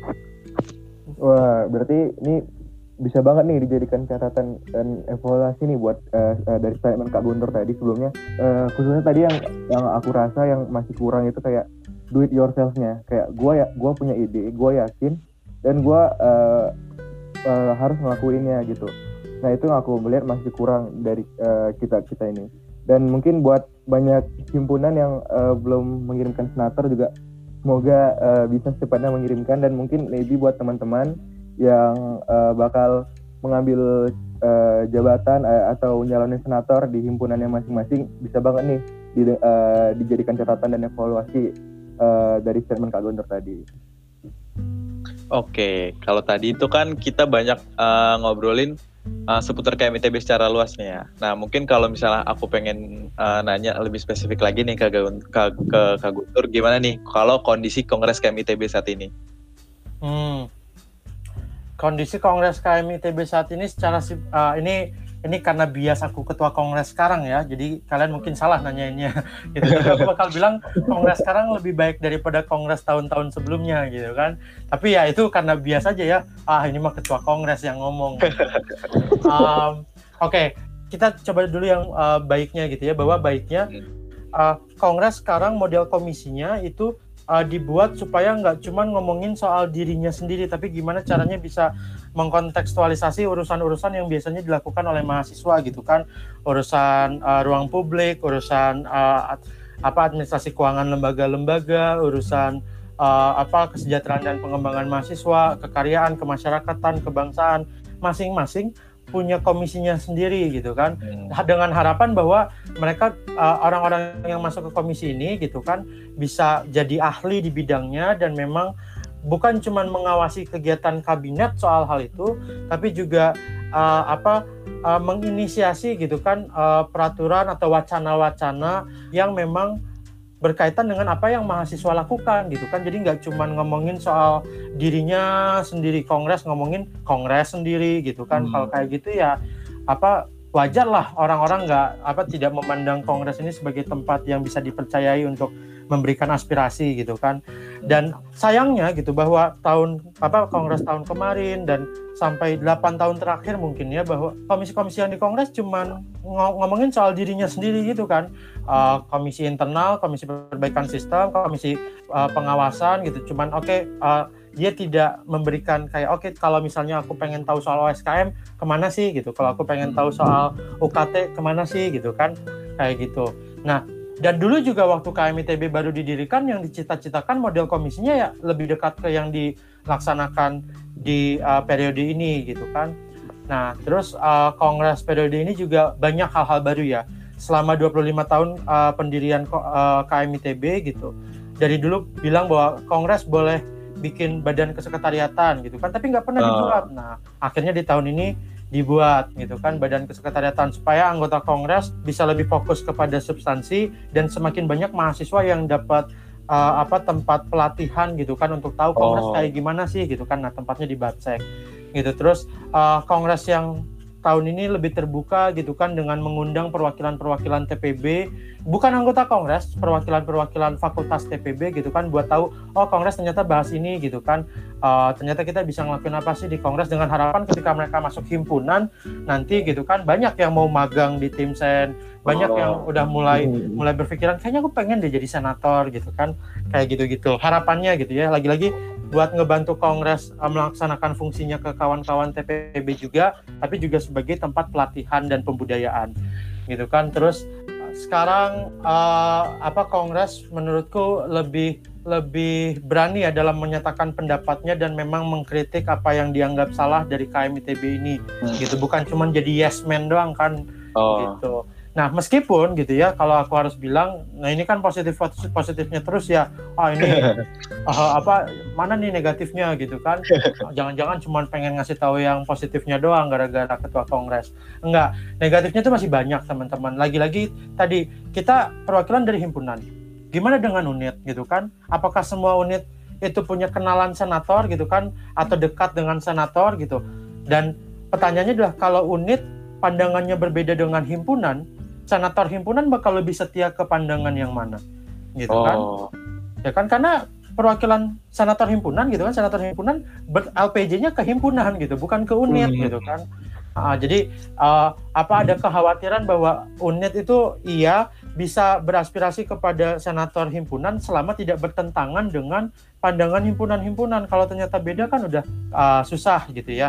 Wah, berarti ini bisa banget nih dijadikan catatan dan evaluasi nih buat uh, uh, dari statement Kak Guntur tadi sebelumnya. Uh, khususnya tadi yang yang aku rasa yang masih kurang itu kayak do it yourself-nya. Kayak gue ya, gue punya ide, gue yakin dan gue uh, uh, harus ngelakuinnya gitu. Nah itu yang aku melihat masih kurang dari uh, kita kita ini. Dan mungkin buat banyak himpunan yang uh, belum mengirimkan senator juga semoga uh, bisa secepatnya mengirimkan, dan mungkin maybe buat teman-teman yang uh, bakal mengambil uh, jabatan uh, atau nyalonin senator di himpunannya masing-masing bisa banget nih di, uh, dijadikan catatan dan evaluasi uh, dari statement Kak Guntur tadi. Oke, kalau tadi itu kan kita banyak uh, ngobrolin uh, seputar K M I T B secara luas nih ya. Nah, mungkin kalau misalnya aku pengen uh, nanya lebih spesifik lagi nih ke ke ke Kak Guntur, gimana nih kalau kondisi Kongres K M I T B saat ini? Hmm. Kondisi Kongres K M I T B saat ini secara uh, ini ini karena bias aku ketua Kongres sekarang ya, jadi kalian mungkin salah nanyainnya gitu. Tapi aku bakal bilang Kongres sekarang lebih baik daripada Kongres tahun-tahun sebelumnya gitu kan. Tapi ya itu karena bias aja ya, ah ini mah ketua Kongres yang ngomong. um, Oke, okay. Kita coba dulu yang uh, baiknya gitu ya, bahwa baiknya uh, Kongres sekarang model komisinya itu uh, dibuat supaya nggak cuma ngomongin soal dirinya sendiri, tapi gimana caranya bisa mengkontekstualisasi urusan-urusan yang biasanya dilakukan oleh mahasiswa gitu kan, urusan uh, ruang publik, urusan uh, apa administrasi keuangan lembaga-lembaga, urusan uh, apa kesejahteraan dan pengembangan mahasiswa, kekaryaan, kemasyarakatan, kebangsaan, masing-masing punya komisinya sendiri gitu kan, hmm. dengan harapan bahwa mereka uh, orang-orang yang masuk ke komisi ini gitu kan bisa jadi ahli di bidangnya, dan memang bukan cuma mengawasi kegiatan kabinet soal hal itu, tapi juga uh, apa uh, menginisiasi gitu kan uh, peraturan atau wacana-wacana yang memang berkaitan dengan apa yang mahasiswa lakukan gitu kan. Jadi nggak cuma ngomongin soal dirinya sendiri, Kongres ngomongin Kongres sendiri gitu kan. Hmm. Kalau kayak gitu ya apa wajar lah orang-orang nggak apa tidak memandang Kongres ini sebagai tempat yang bisa dipercayai untuk memberikan aspirasi gitu kan. Dan sayangnya gitu bahwa tahun apa Kongres tahun kemarin dan sampai delapan tahun terakhir mungkin ya, bahwa komisi-komisi yang di Kongres cuman ngomongin soal dirinya sendiri gitu kan. Uh, komisi internal, komisi perbaikan sistem, komisi uh, pengawasan gitu. Cuman oke okay, uh, dia tidak memberikan kayak oke okay, kalau misalnya aku pengen tahu soal O S K M kemana sih gitu. Kalau aku pengen tahu soal U K T kemana sih gitu kan. Kayak gitu. Nah, dan dulu juga waktu K M I T B baru didirikan, yang dicita-citakan model komisinya ya lebih dekat ke yang dilaksanakan di uh, periode ini gitu kan. Nah, terus uh, Kongres periode ini juga banyak hal-hal baru ya. Selama dua puluh lima tahun uh, pendirian uh, K M I T B gitu. Dari dulu bilang bahwa Kongres boleh bikin badan kesekretariatan gitu kan, tapi nggak pernah uh. dibuat. Nah, akhirnya di tahun ini dibuat gitu kan badan kesekretariatan supaya anggota Kongres bisa lebih fokus kepada substansi, dan semakin banyak mahasiswa yang dapat uh, apa tempat pelatihan gitu kan untuk tahu Kongres oh. kayak gimana sih gitu kan. Nah, tempatnya di Batsek gitu. Terus uh, Kongres yang tahun ini lebih terbuka gitu kan, dengan mengundang perwakilan-perwakilan T P B, bukan anggota Kongres, perwakilan-perwakilan fakultas T P B gitu kan, buat tahu oh Kongres ternyata bahas ini gitu kan, uh, ternyata kita bisa ngelakuin apa sih di Kongres, dengan harapan ketika mereka masuk himpunan nanti gitu kan banyak yang mau magang di Timsen, banyak oh. yang udah mulai mulai berpikiran kayaknya aku pengen deh jadi senator gitu kan, kayak gitu-gitu harapannya gitu ya. Lagi-lagi buat ngebantu Kongres uh, melaksanakan fungsinya ke kawan-kawan T P B juga, tapi juga sebagai tempat pelatihan dan pembudayaan gitu kan. Terus uh, sekarang uh, apa Kongres menurutku lebih lebih berani ya dalam menyatakan pendapatnya dan memang mengkritik apa yang dianggap salah dari K M I T B ini hmm. gitu, bukan cuma jadi yes man doang kan oh. gitu. Nah, meskipun gitu ya, kalau aku harus bilang, nah ini kan positif positifnya terus ya. Ah ini uh, apa mana nih negatifnya gitu kan? Jangan-jangan cuma pengen ngasih tahu yang positifnya doang gara-gara ketua kongres. Enggak, negatifnya itu masih banyak teman-teman. Lagi-lagi tadi kita perwakilan dari himpunan. Gimana dengan unit gitu kan? Apakah semua unit itu punya kenalan senator gitu kan, atau dekat dengan senator gitu? Dan pertanyaannya adalah kalau unit pandangannya berbeda dengan himpunan, senator himpunan bakal lebih setia ke pandangan yang mana, gitu kan? Oh. Ya kan, karena perwakilan senator himpunan gitu kan, senator himpunan L P J-nya ke himpunan gitu, bukan ke unit hmm. gitu kan? Uh, jadi uh, apa ada kekhawatiran bahwa unit itu iya bisa beraspirasi kepada senator himpunan selama tidak bertentangan dengan pandangan himpunan-himpunan. Kalau ternyata beda kan udah uh, susah gitu ya.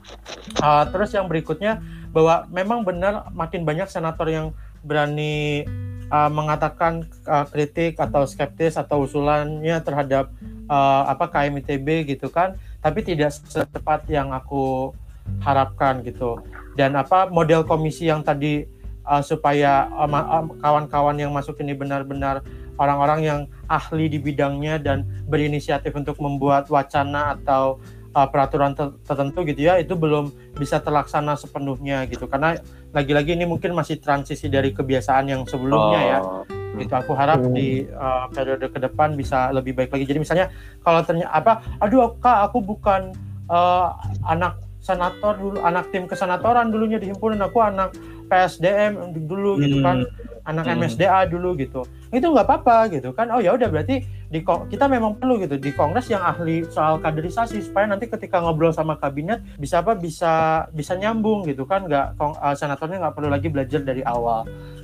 Uh, terus yang berikutnya bahwa memang benar makin banyak senator yang berani uh, mengatakan uh, kritik atau skeptis atau usulannya terhadap uh, apa K M I T B gitu kan, tapi tidak secepat yang aku harapkan gitu. Dan apa model komisi yang tadi uh, supaya um, um, kawan-kawan yang masuk ini benar-benar orang-orang yang ahli di bidangnya dan berinisiatif untuk membuat wacana atau Uh, peraturan ter- tertentu gitu ya, itu belum bisa terlaksana sepenuhnya gitu, karena lagi-lagi ini mungkin masih transisi dari kebiasaan yang sebelumnya oh. ya gitu. Aku harap hmm. di uh, periode ke depan bisa lebih baik lagi. Jadi misalnya kalau ternyata apa aduh kak aku bukan uh, anak senator dulu, anak tim kesenatoran dulunya di himpunan, aku anak P S D M dulu gitu kan, anak hmm. M S D A dulu gitu, itu nggak apa-apa gitu kan. Oh ya udah, berarti di kita memang perlu gitu di kongres yang ahli soal kaderisasi supaya nanti ketika ngobrol sama kabinet bisa apa bisa bisa nyambung gitu kan, nggak uh, senatornya nggak perlu lagi belajar dari awal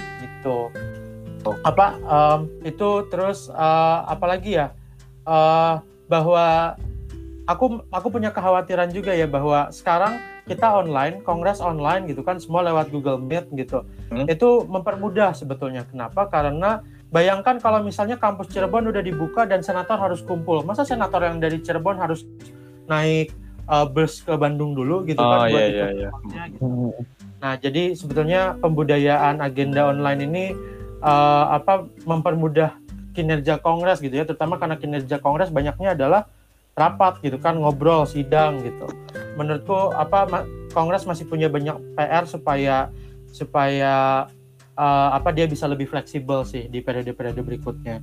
gitu. Oh. Apa um, itu terus uh, apalagi ya uh, bahwa aku aku punya kekhawatiran juga ya bahwa sekarang kita online, kongres online gitu kan, semua lewat Google Meet gitu. Hmm? Itu mempermudah sebetulnya. Kenapa? Karena bayangkan kalau misalnya kampus Cirebon udah dibuka dan senator harus kumpul. Masa senator yang dari Cirebon harus naik uh, bus ke Bandung dulu gitu oh, kan buat iya, ikut iya, iya. gitu. Nah, jadi sebetulnya pembudayaan agenda online ini uh, apa mempermudah kinerja kongres gitu ya, terutama karena kinerja kongres banyaknya adalah rapat gitu kan, ngobrol, sidang gitu. Menurutku apa ma- kongres masih punya banyak P R supaya supaya uh, apa dia bisa lebih fleksibel sih di periode-periode berikutnya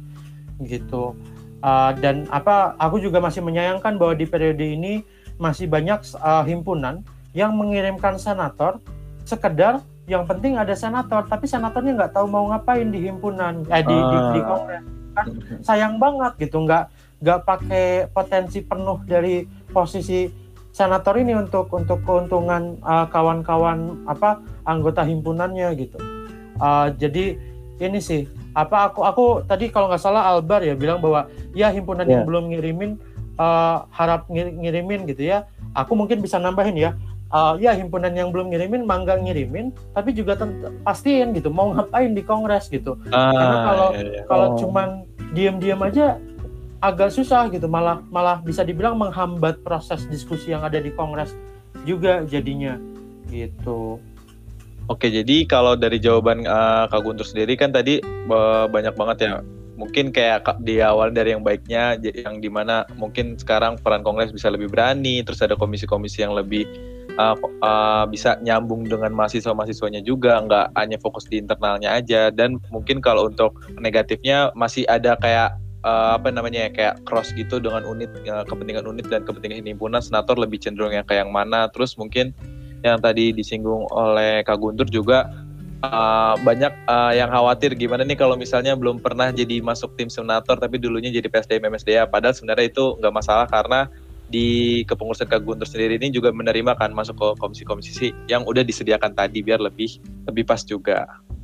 gitu. Uh, dan apa aku juga masih menyayangkan bahwa di periode ini masih banyak uh, himpunan yang mengirimkan senator sekedar yang penting ada senator, tapi senatornya nggak tahu mau ngapain di himpunan, eh di, ah. di, di kongres kan. Sayang banget gitu, nggak nggak pakai potensi penuh dari posisi senator ini untuk untuk keuntungan uh, kawan-kawan apa anggota himpunannya gitu. Uh, jadi ini sih apa aku aku tadi kalau nggak salah Albar ya bilang bahwa ya himpunan yeah. yang belum ngirimin uh, harap ngir- ngirimin gitu ya. Aku mungkin bisa nambahin ya. Uh, ya himpunan yang belum ngirimin mangga ngirimin, tapi juga tent- pastiin gitu mau ngapain di kongres gitu. Ah, karena kalau iya, iya. kalau oh. cuman diam-diam aja agak susah gitu, malah malah bisa dibilang menghambat proses diskusi yang ada di kongres juga jadinya gitu. Oke, jadi kalau dari jawaban uh, Kak Guntur sendiri kan tadi uh, banyak banget ya. Mungkin kayak di awal dari yang baiknya, yang dimana mungkin sekarang peran kongres bisa lebih berani, terus ada komisi-komisi yang lebih uh, uh, bisa nyambung dengan mahasiswa-mahasiswanya juga, nggak hanya fokus di internalnya aja. Dan mungkin kalau untuk negatifnya masih ada kayak Uh, apa namanya ya kayak cross gitu dengan unit uh, kepentingan unit dan kepentingan himpunan, senator lebih cenderung yang kayak yang mana. Terus mungkin yang tadi disinggung oleh Kak Guntur juga uh, banyak uh, yang khawatir gimana nih kalau misalnya belum pernah jadi masuk tim senator tapi dulunya jadi P S D M M S D A, padahal sebenarnya itu nggak masalah karena di kepengurusan Kak Guntur sendiri ini juga menerima kan masuk ke komisi-komisi yang udah disediakan tadi biar lebih lebih pas juga.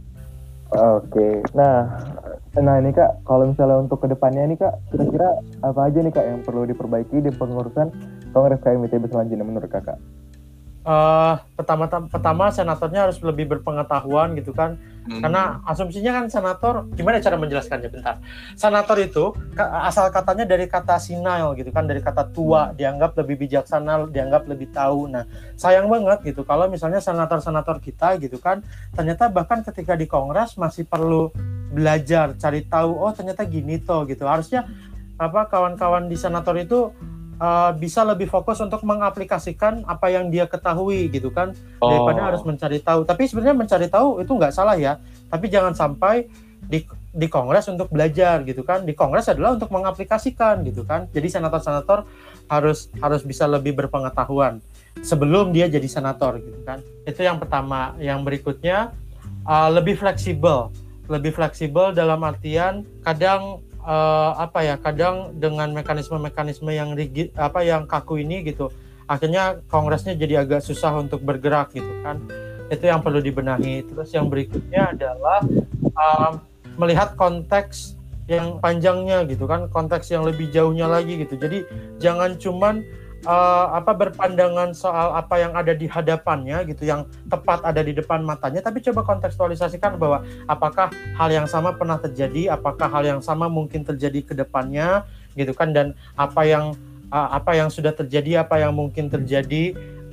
Oke, nah, nah ini Kak, kalau misalnya untuk kedepannya nih Kak, kira-kira apa aja nih Kak yang perlu diperbaiki di pengurusan Kongres K M I T B selanjutnya menurut Kakak? uh, pertama pertama senatornya harus lebih berpengetahuan gitu kan. Hmm. Karena asumsinya kan senator, gimana cara menjelaskannya bentar. Senator itu asal katanya dari kata senile gitu kan, dari kata tua, dianggap lebih bijaksana, dianggap lebih tahu. Nah, sayang banget gitu kalau misalnya senator-senator kita gitu kan, ternyata bahkan ketika di Kongres masih perlu belajar, cari tahu, oh ternyata gini toh gitu. Harusnya apa kawan-kawan di senator itu Uh, bisa lebih fokus untuk mengaplikasikan apa yang dia ketahui gitu kan, oh. daripada harus mencari tahu. Tapi sebenarnya mencari tahu itu nggak salah ya, tapi jangan sampai di di Kongres untuk belajar gitu kan. Di Kongres adalah untuk mengaplikasikan gitu kan. Jadi senator-senator harus harus bisa lebih berpengetahuan sebelum dia jadi senator gitu kan. Itu yang pertama. Yang berikutnya uh, lebih fleksibel, lebih fleksibel dalam artian kadang Uh, apa ya kadang dengan mekanisme-mekanisme yang rigid apa yang kaku ini gitu akhirnya Kongresnya jadi agak susah untuk bergerak gitu kan. Itu yang perlu dibenahi. Terus yang berikutnya adalah uh, melihat konteks yang panjangnya gitu kan, konteks yang lebih jauhnya lagi gitu. Jadi jangan cuman uh, apa berpandangan soal apa yang ada di hadapannya gitu, yang tepat ada di depan matanya, tapi coba kontekstualisasikan bahwa apakah hal yang sama pernah terjadi, apakah hal yang sama mungkin terjadi ke depannya gitu kan, dan apa yang uh, apa yang sudah terjadi, apa yang mungkin terjadi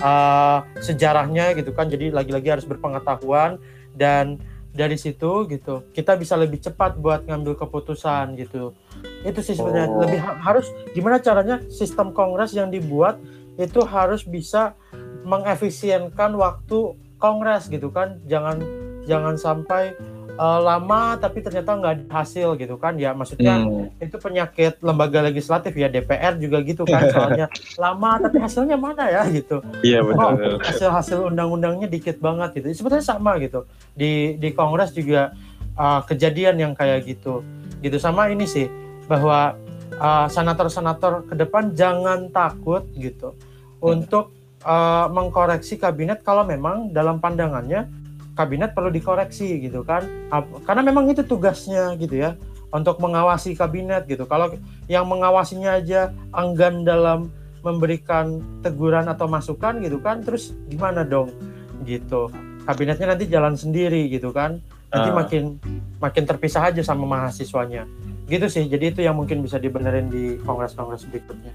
uh, sejarahnya gitu kan. Jadi lagi-lagi harus berpengetahuan, dan dari situ gitu kita bisa lebih cepat buat ngambil keputusan gitu. Itu sih sebenarnya oh. lebih ha- harus gimana caranya sistem Kongres yang dibuat itu harus bisa mengefisienkan waktu Kongres gitu kan. Jangan jangan sampai uh, lama tapi ternyata nggak ada hasil gitu kan. Ya maksudnya hmm. itu penyakit lembaga legislatif ya, D P R juga gitu kan, soalnya lama tapi hasilnya mana ya gitu. Iya benar. Oh, hasil-hasil undang-undangnya dikit banget gitu. Sebenarnya sama gitu. Di di Kongres juga uh, kejadian yang kayak gitu. Gitu sama ini sih bahwa uh, senator-senator ke depan jangan takut gitu hmm. untuk uh, mengkoreksi kabinet kalau memang dalam pandangannya kabinet perlu dikoreksi gitu kan. Karena memang itu tugasnya gitu ya, untuk mengawasi kabinet gitu. Kalau yang mengawasinya aja enggan dalam memberikan teguran atau masukan gitu kan, terus gimana dong gitu. Kabinetnya nanti jalan sendiri gitu kan. Nanti uh. makin makin terpisah aja sama mahasiswanya. Gitu sih. Jadi itu yang mungkin bisa dibenerin di kongres-kongres berikutnya.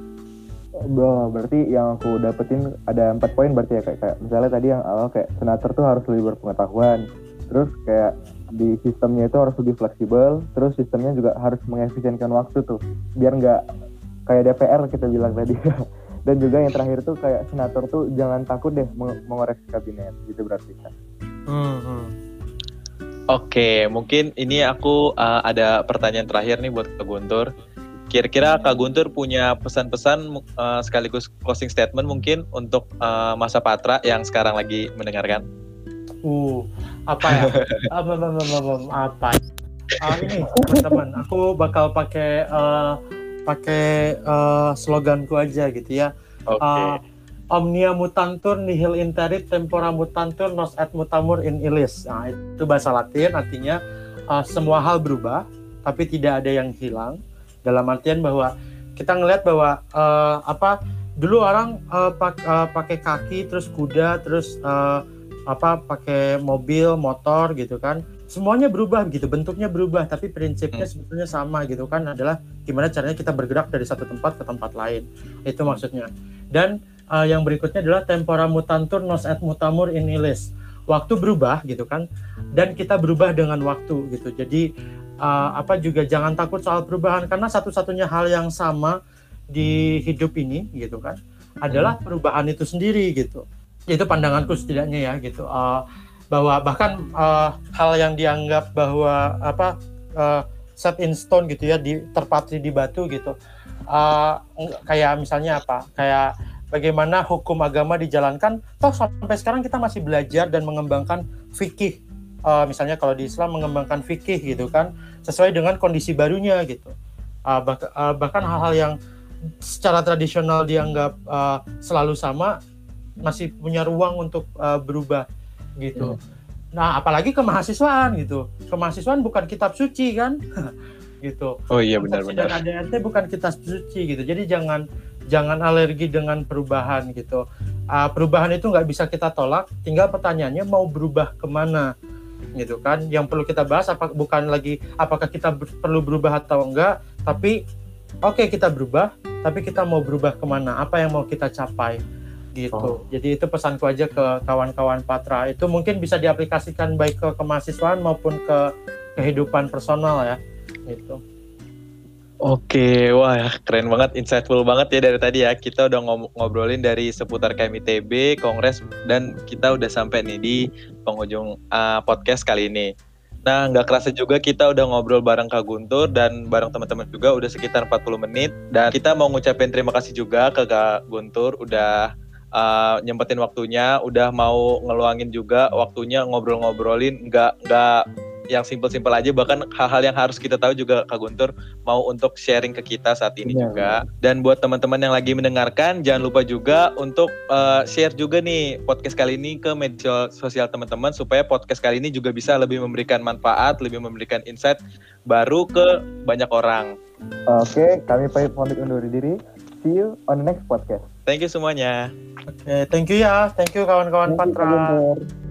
Oh, berarti yang aku dapetin ada empat poin berarti ya, kayak, kayak misalnya tadi yang awal kayak senator tuh harus lebih berpengetahuan, terus kayak di sistemnya itu harus lebih fleksibel, terus sistemnya juga harus mengefisienkan waktu tuh biar nggak kayak D P R kita bilang tadi. Dan juga yang terakhir tuh kayak senator tuh jangan takut deh meng- mengoreksi kabinet gitu berarti kan. Hmm. Oke, mungkin ini aku uh, ada pertanyaan terakhir nih buat Kak Guntur. Kira-kira Kak Guntur punya pesan-pesan uh, sekaligus closing statement mungkin untuk uh, masa Patra yang sekarang lagi mendengarkan? Uh, apa ya? apa apa apa, apa? Uh, ini teman-teman, aku bakal pakai uh, pakai uh, sloganku aja gitu ya. Oke. Okay. Uh, Omnia mutantur nihil interit tempora mutantur nos et mutamur in illis. Nah, itu bahasa Latin, artinya uh, semua hal berubah tapi tidak ada yang hilang. Dalam artian bahwa kita ngelihat bahwa uh, apa dulu orang uh, pak, uh, pakai kaki, terus kuda, terus uh, apa pakai mobil, motor gitu kan. Semuanya berubah gitu, bentuknya berubah, tapi prinsipnya hmm. sebetulnya sama gitu kan, adalah gimana caranya kita bergerak dari satu tempat ke tempat lain. Itu maksudnya. Dan uh, yang berikutnya adalah tempora mutantur nos et mutamur in illis. Waktu berubah gitu kan, dan kita berubah dengan waktu gitu. Jadi Uh, apa juga jangan takut soal perubahan, karena satu-satunya hal yang sama di hidup ini gitu kan adalah perubahan itu sendiri gitu. Itu pandanganku setidaknya ya gitu. Uh, bahwa bahkan uh, hal yang dianggap bahwa apa uh, set in stone gitu ya, di, terpatri di batu gitu. Uh, kayak misalnya apa? Kayak bagaimana hukum agama dijalankan. Toh sampai sekarang kita masih belajar dan mengembangkan fikih. Uh, misalnya kalau di Islam mengembangkan fikih gitu kan, sesuai dengan kondisi barunya gitu. Uh, bah- uh, bahkan hal-hal yang secara tradisional dianggap uh, selalu sama masih punya ruang untuk uh, berubah gitu. Hmm. Nah, apalagi kemahasiswaan gitu. Kemahasiswaan bukan kitab suci kan, gitu. Oh iya benar-benar. Dan A D R T bukan kitab suci gitu. Jadi jangan jangan alergi dengan perubahan gitu. uh, perubahan itu nggak bisa kita tolak, tinggal pertanyaannya mau berubah kemana gitu kan. Yang perlu kita bahas apa, bukan lagi apakah kita ber, perlu berubah atau enggak, tapi oke okay, kita berubah, tapi kita mau berubah kemana, apa yang mau kita capai gitu. Oh. Jadi itu pesanku aja ke kawan-kawan Patra. Itu mungkin bisa diaplikasikan baik ke kemahasiswaan maupun ke kehidupan personal ya gitu. Oke, wah keren banget, insightful banget ya dari tadi ya. Kita udah ngobrolin dari seputar K M I T B, Kongres, dan kita udah sampai nih di penghujung uh, podcast kali ini. Nah, nggak kerasa juga kita udah ngobrol bareng Kak Guntur dan bareng teman-teman juga udah sekitar empat puluh menit. Dan kita mau ngucapin terima kasih juga ke Kak Guntur udah uh, nyempetin waktunya, udah mau ngeluangin juga waktunya ngobrol-ngobrolin, nggak nggak yang simpel-simpel aja, bahkan hal-hal yang harus kita tahu juga Kak Guntur mau untuk sharing ke kita saat ini ya, juga. Dan buat teman-teman yang lagi mendengarkan, jangan lupa juga untuk uh, share juga nih podcast kali ini ke media sosial teman-teman supaya podcast kali ini juga bisa lebih memberikan manfaat, lebih memberikan insight baru ke banyak orang. Oke, kami pamit undur diri. See you on the next podcast. Thank you semuanya. Oke, thank you ya. Thank you kawan-kawan Patra.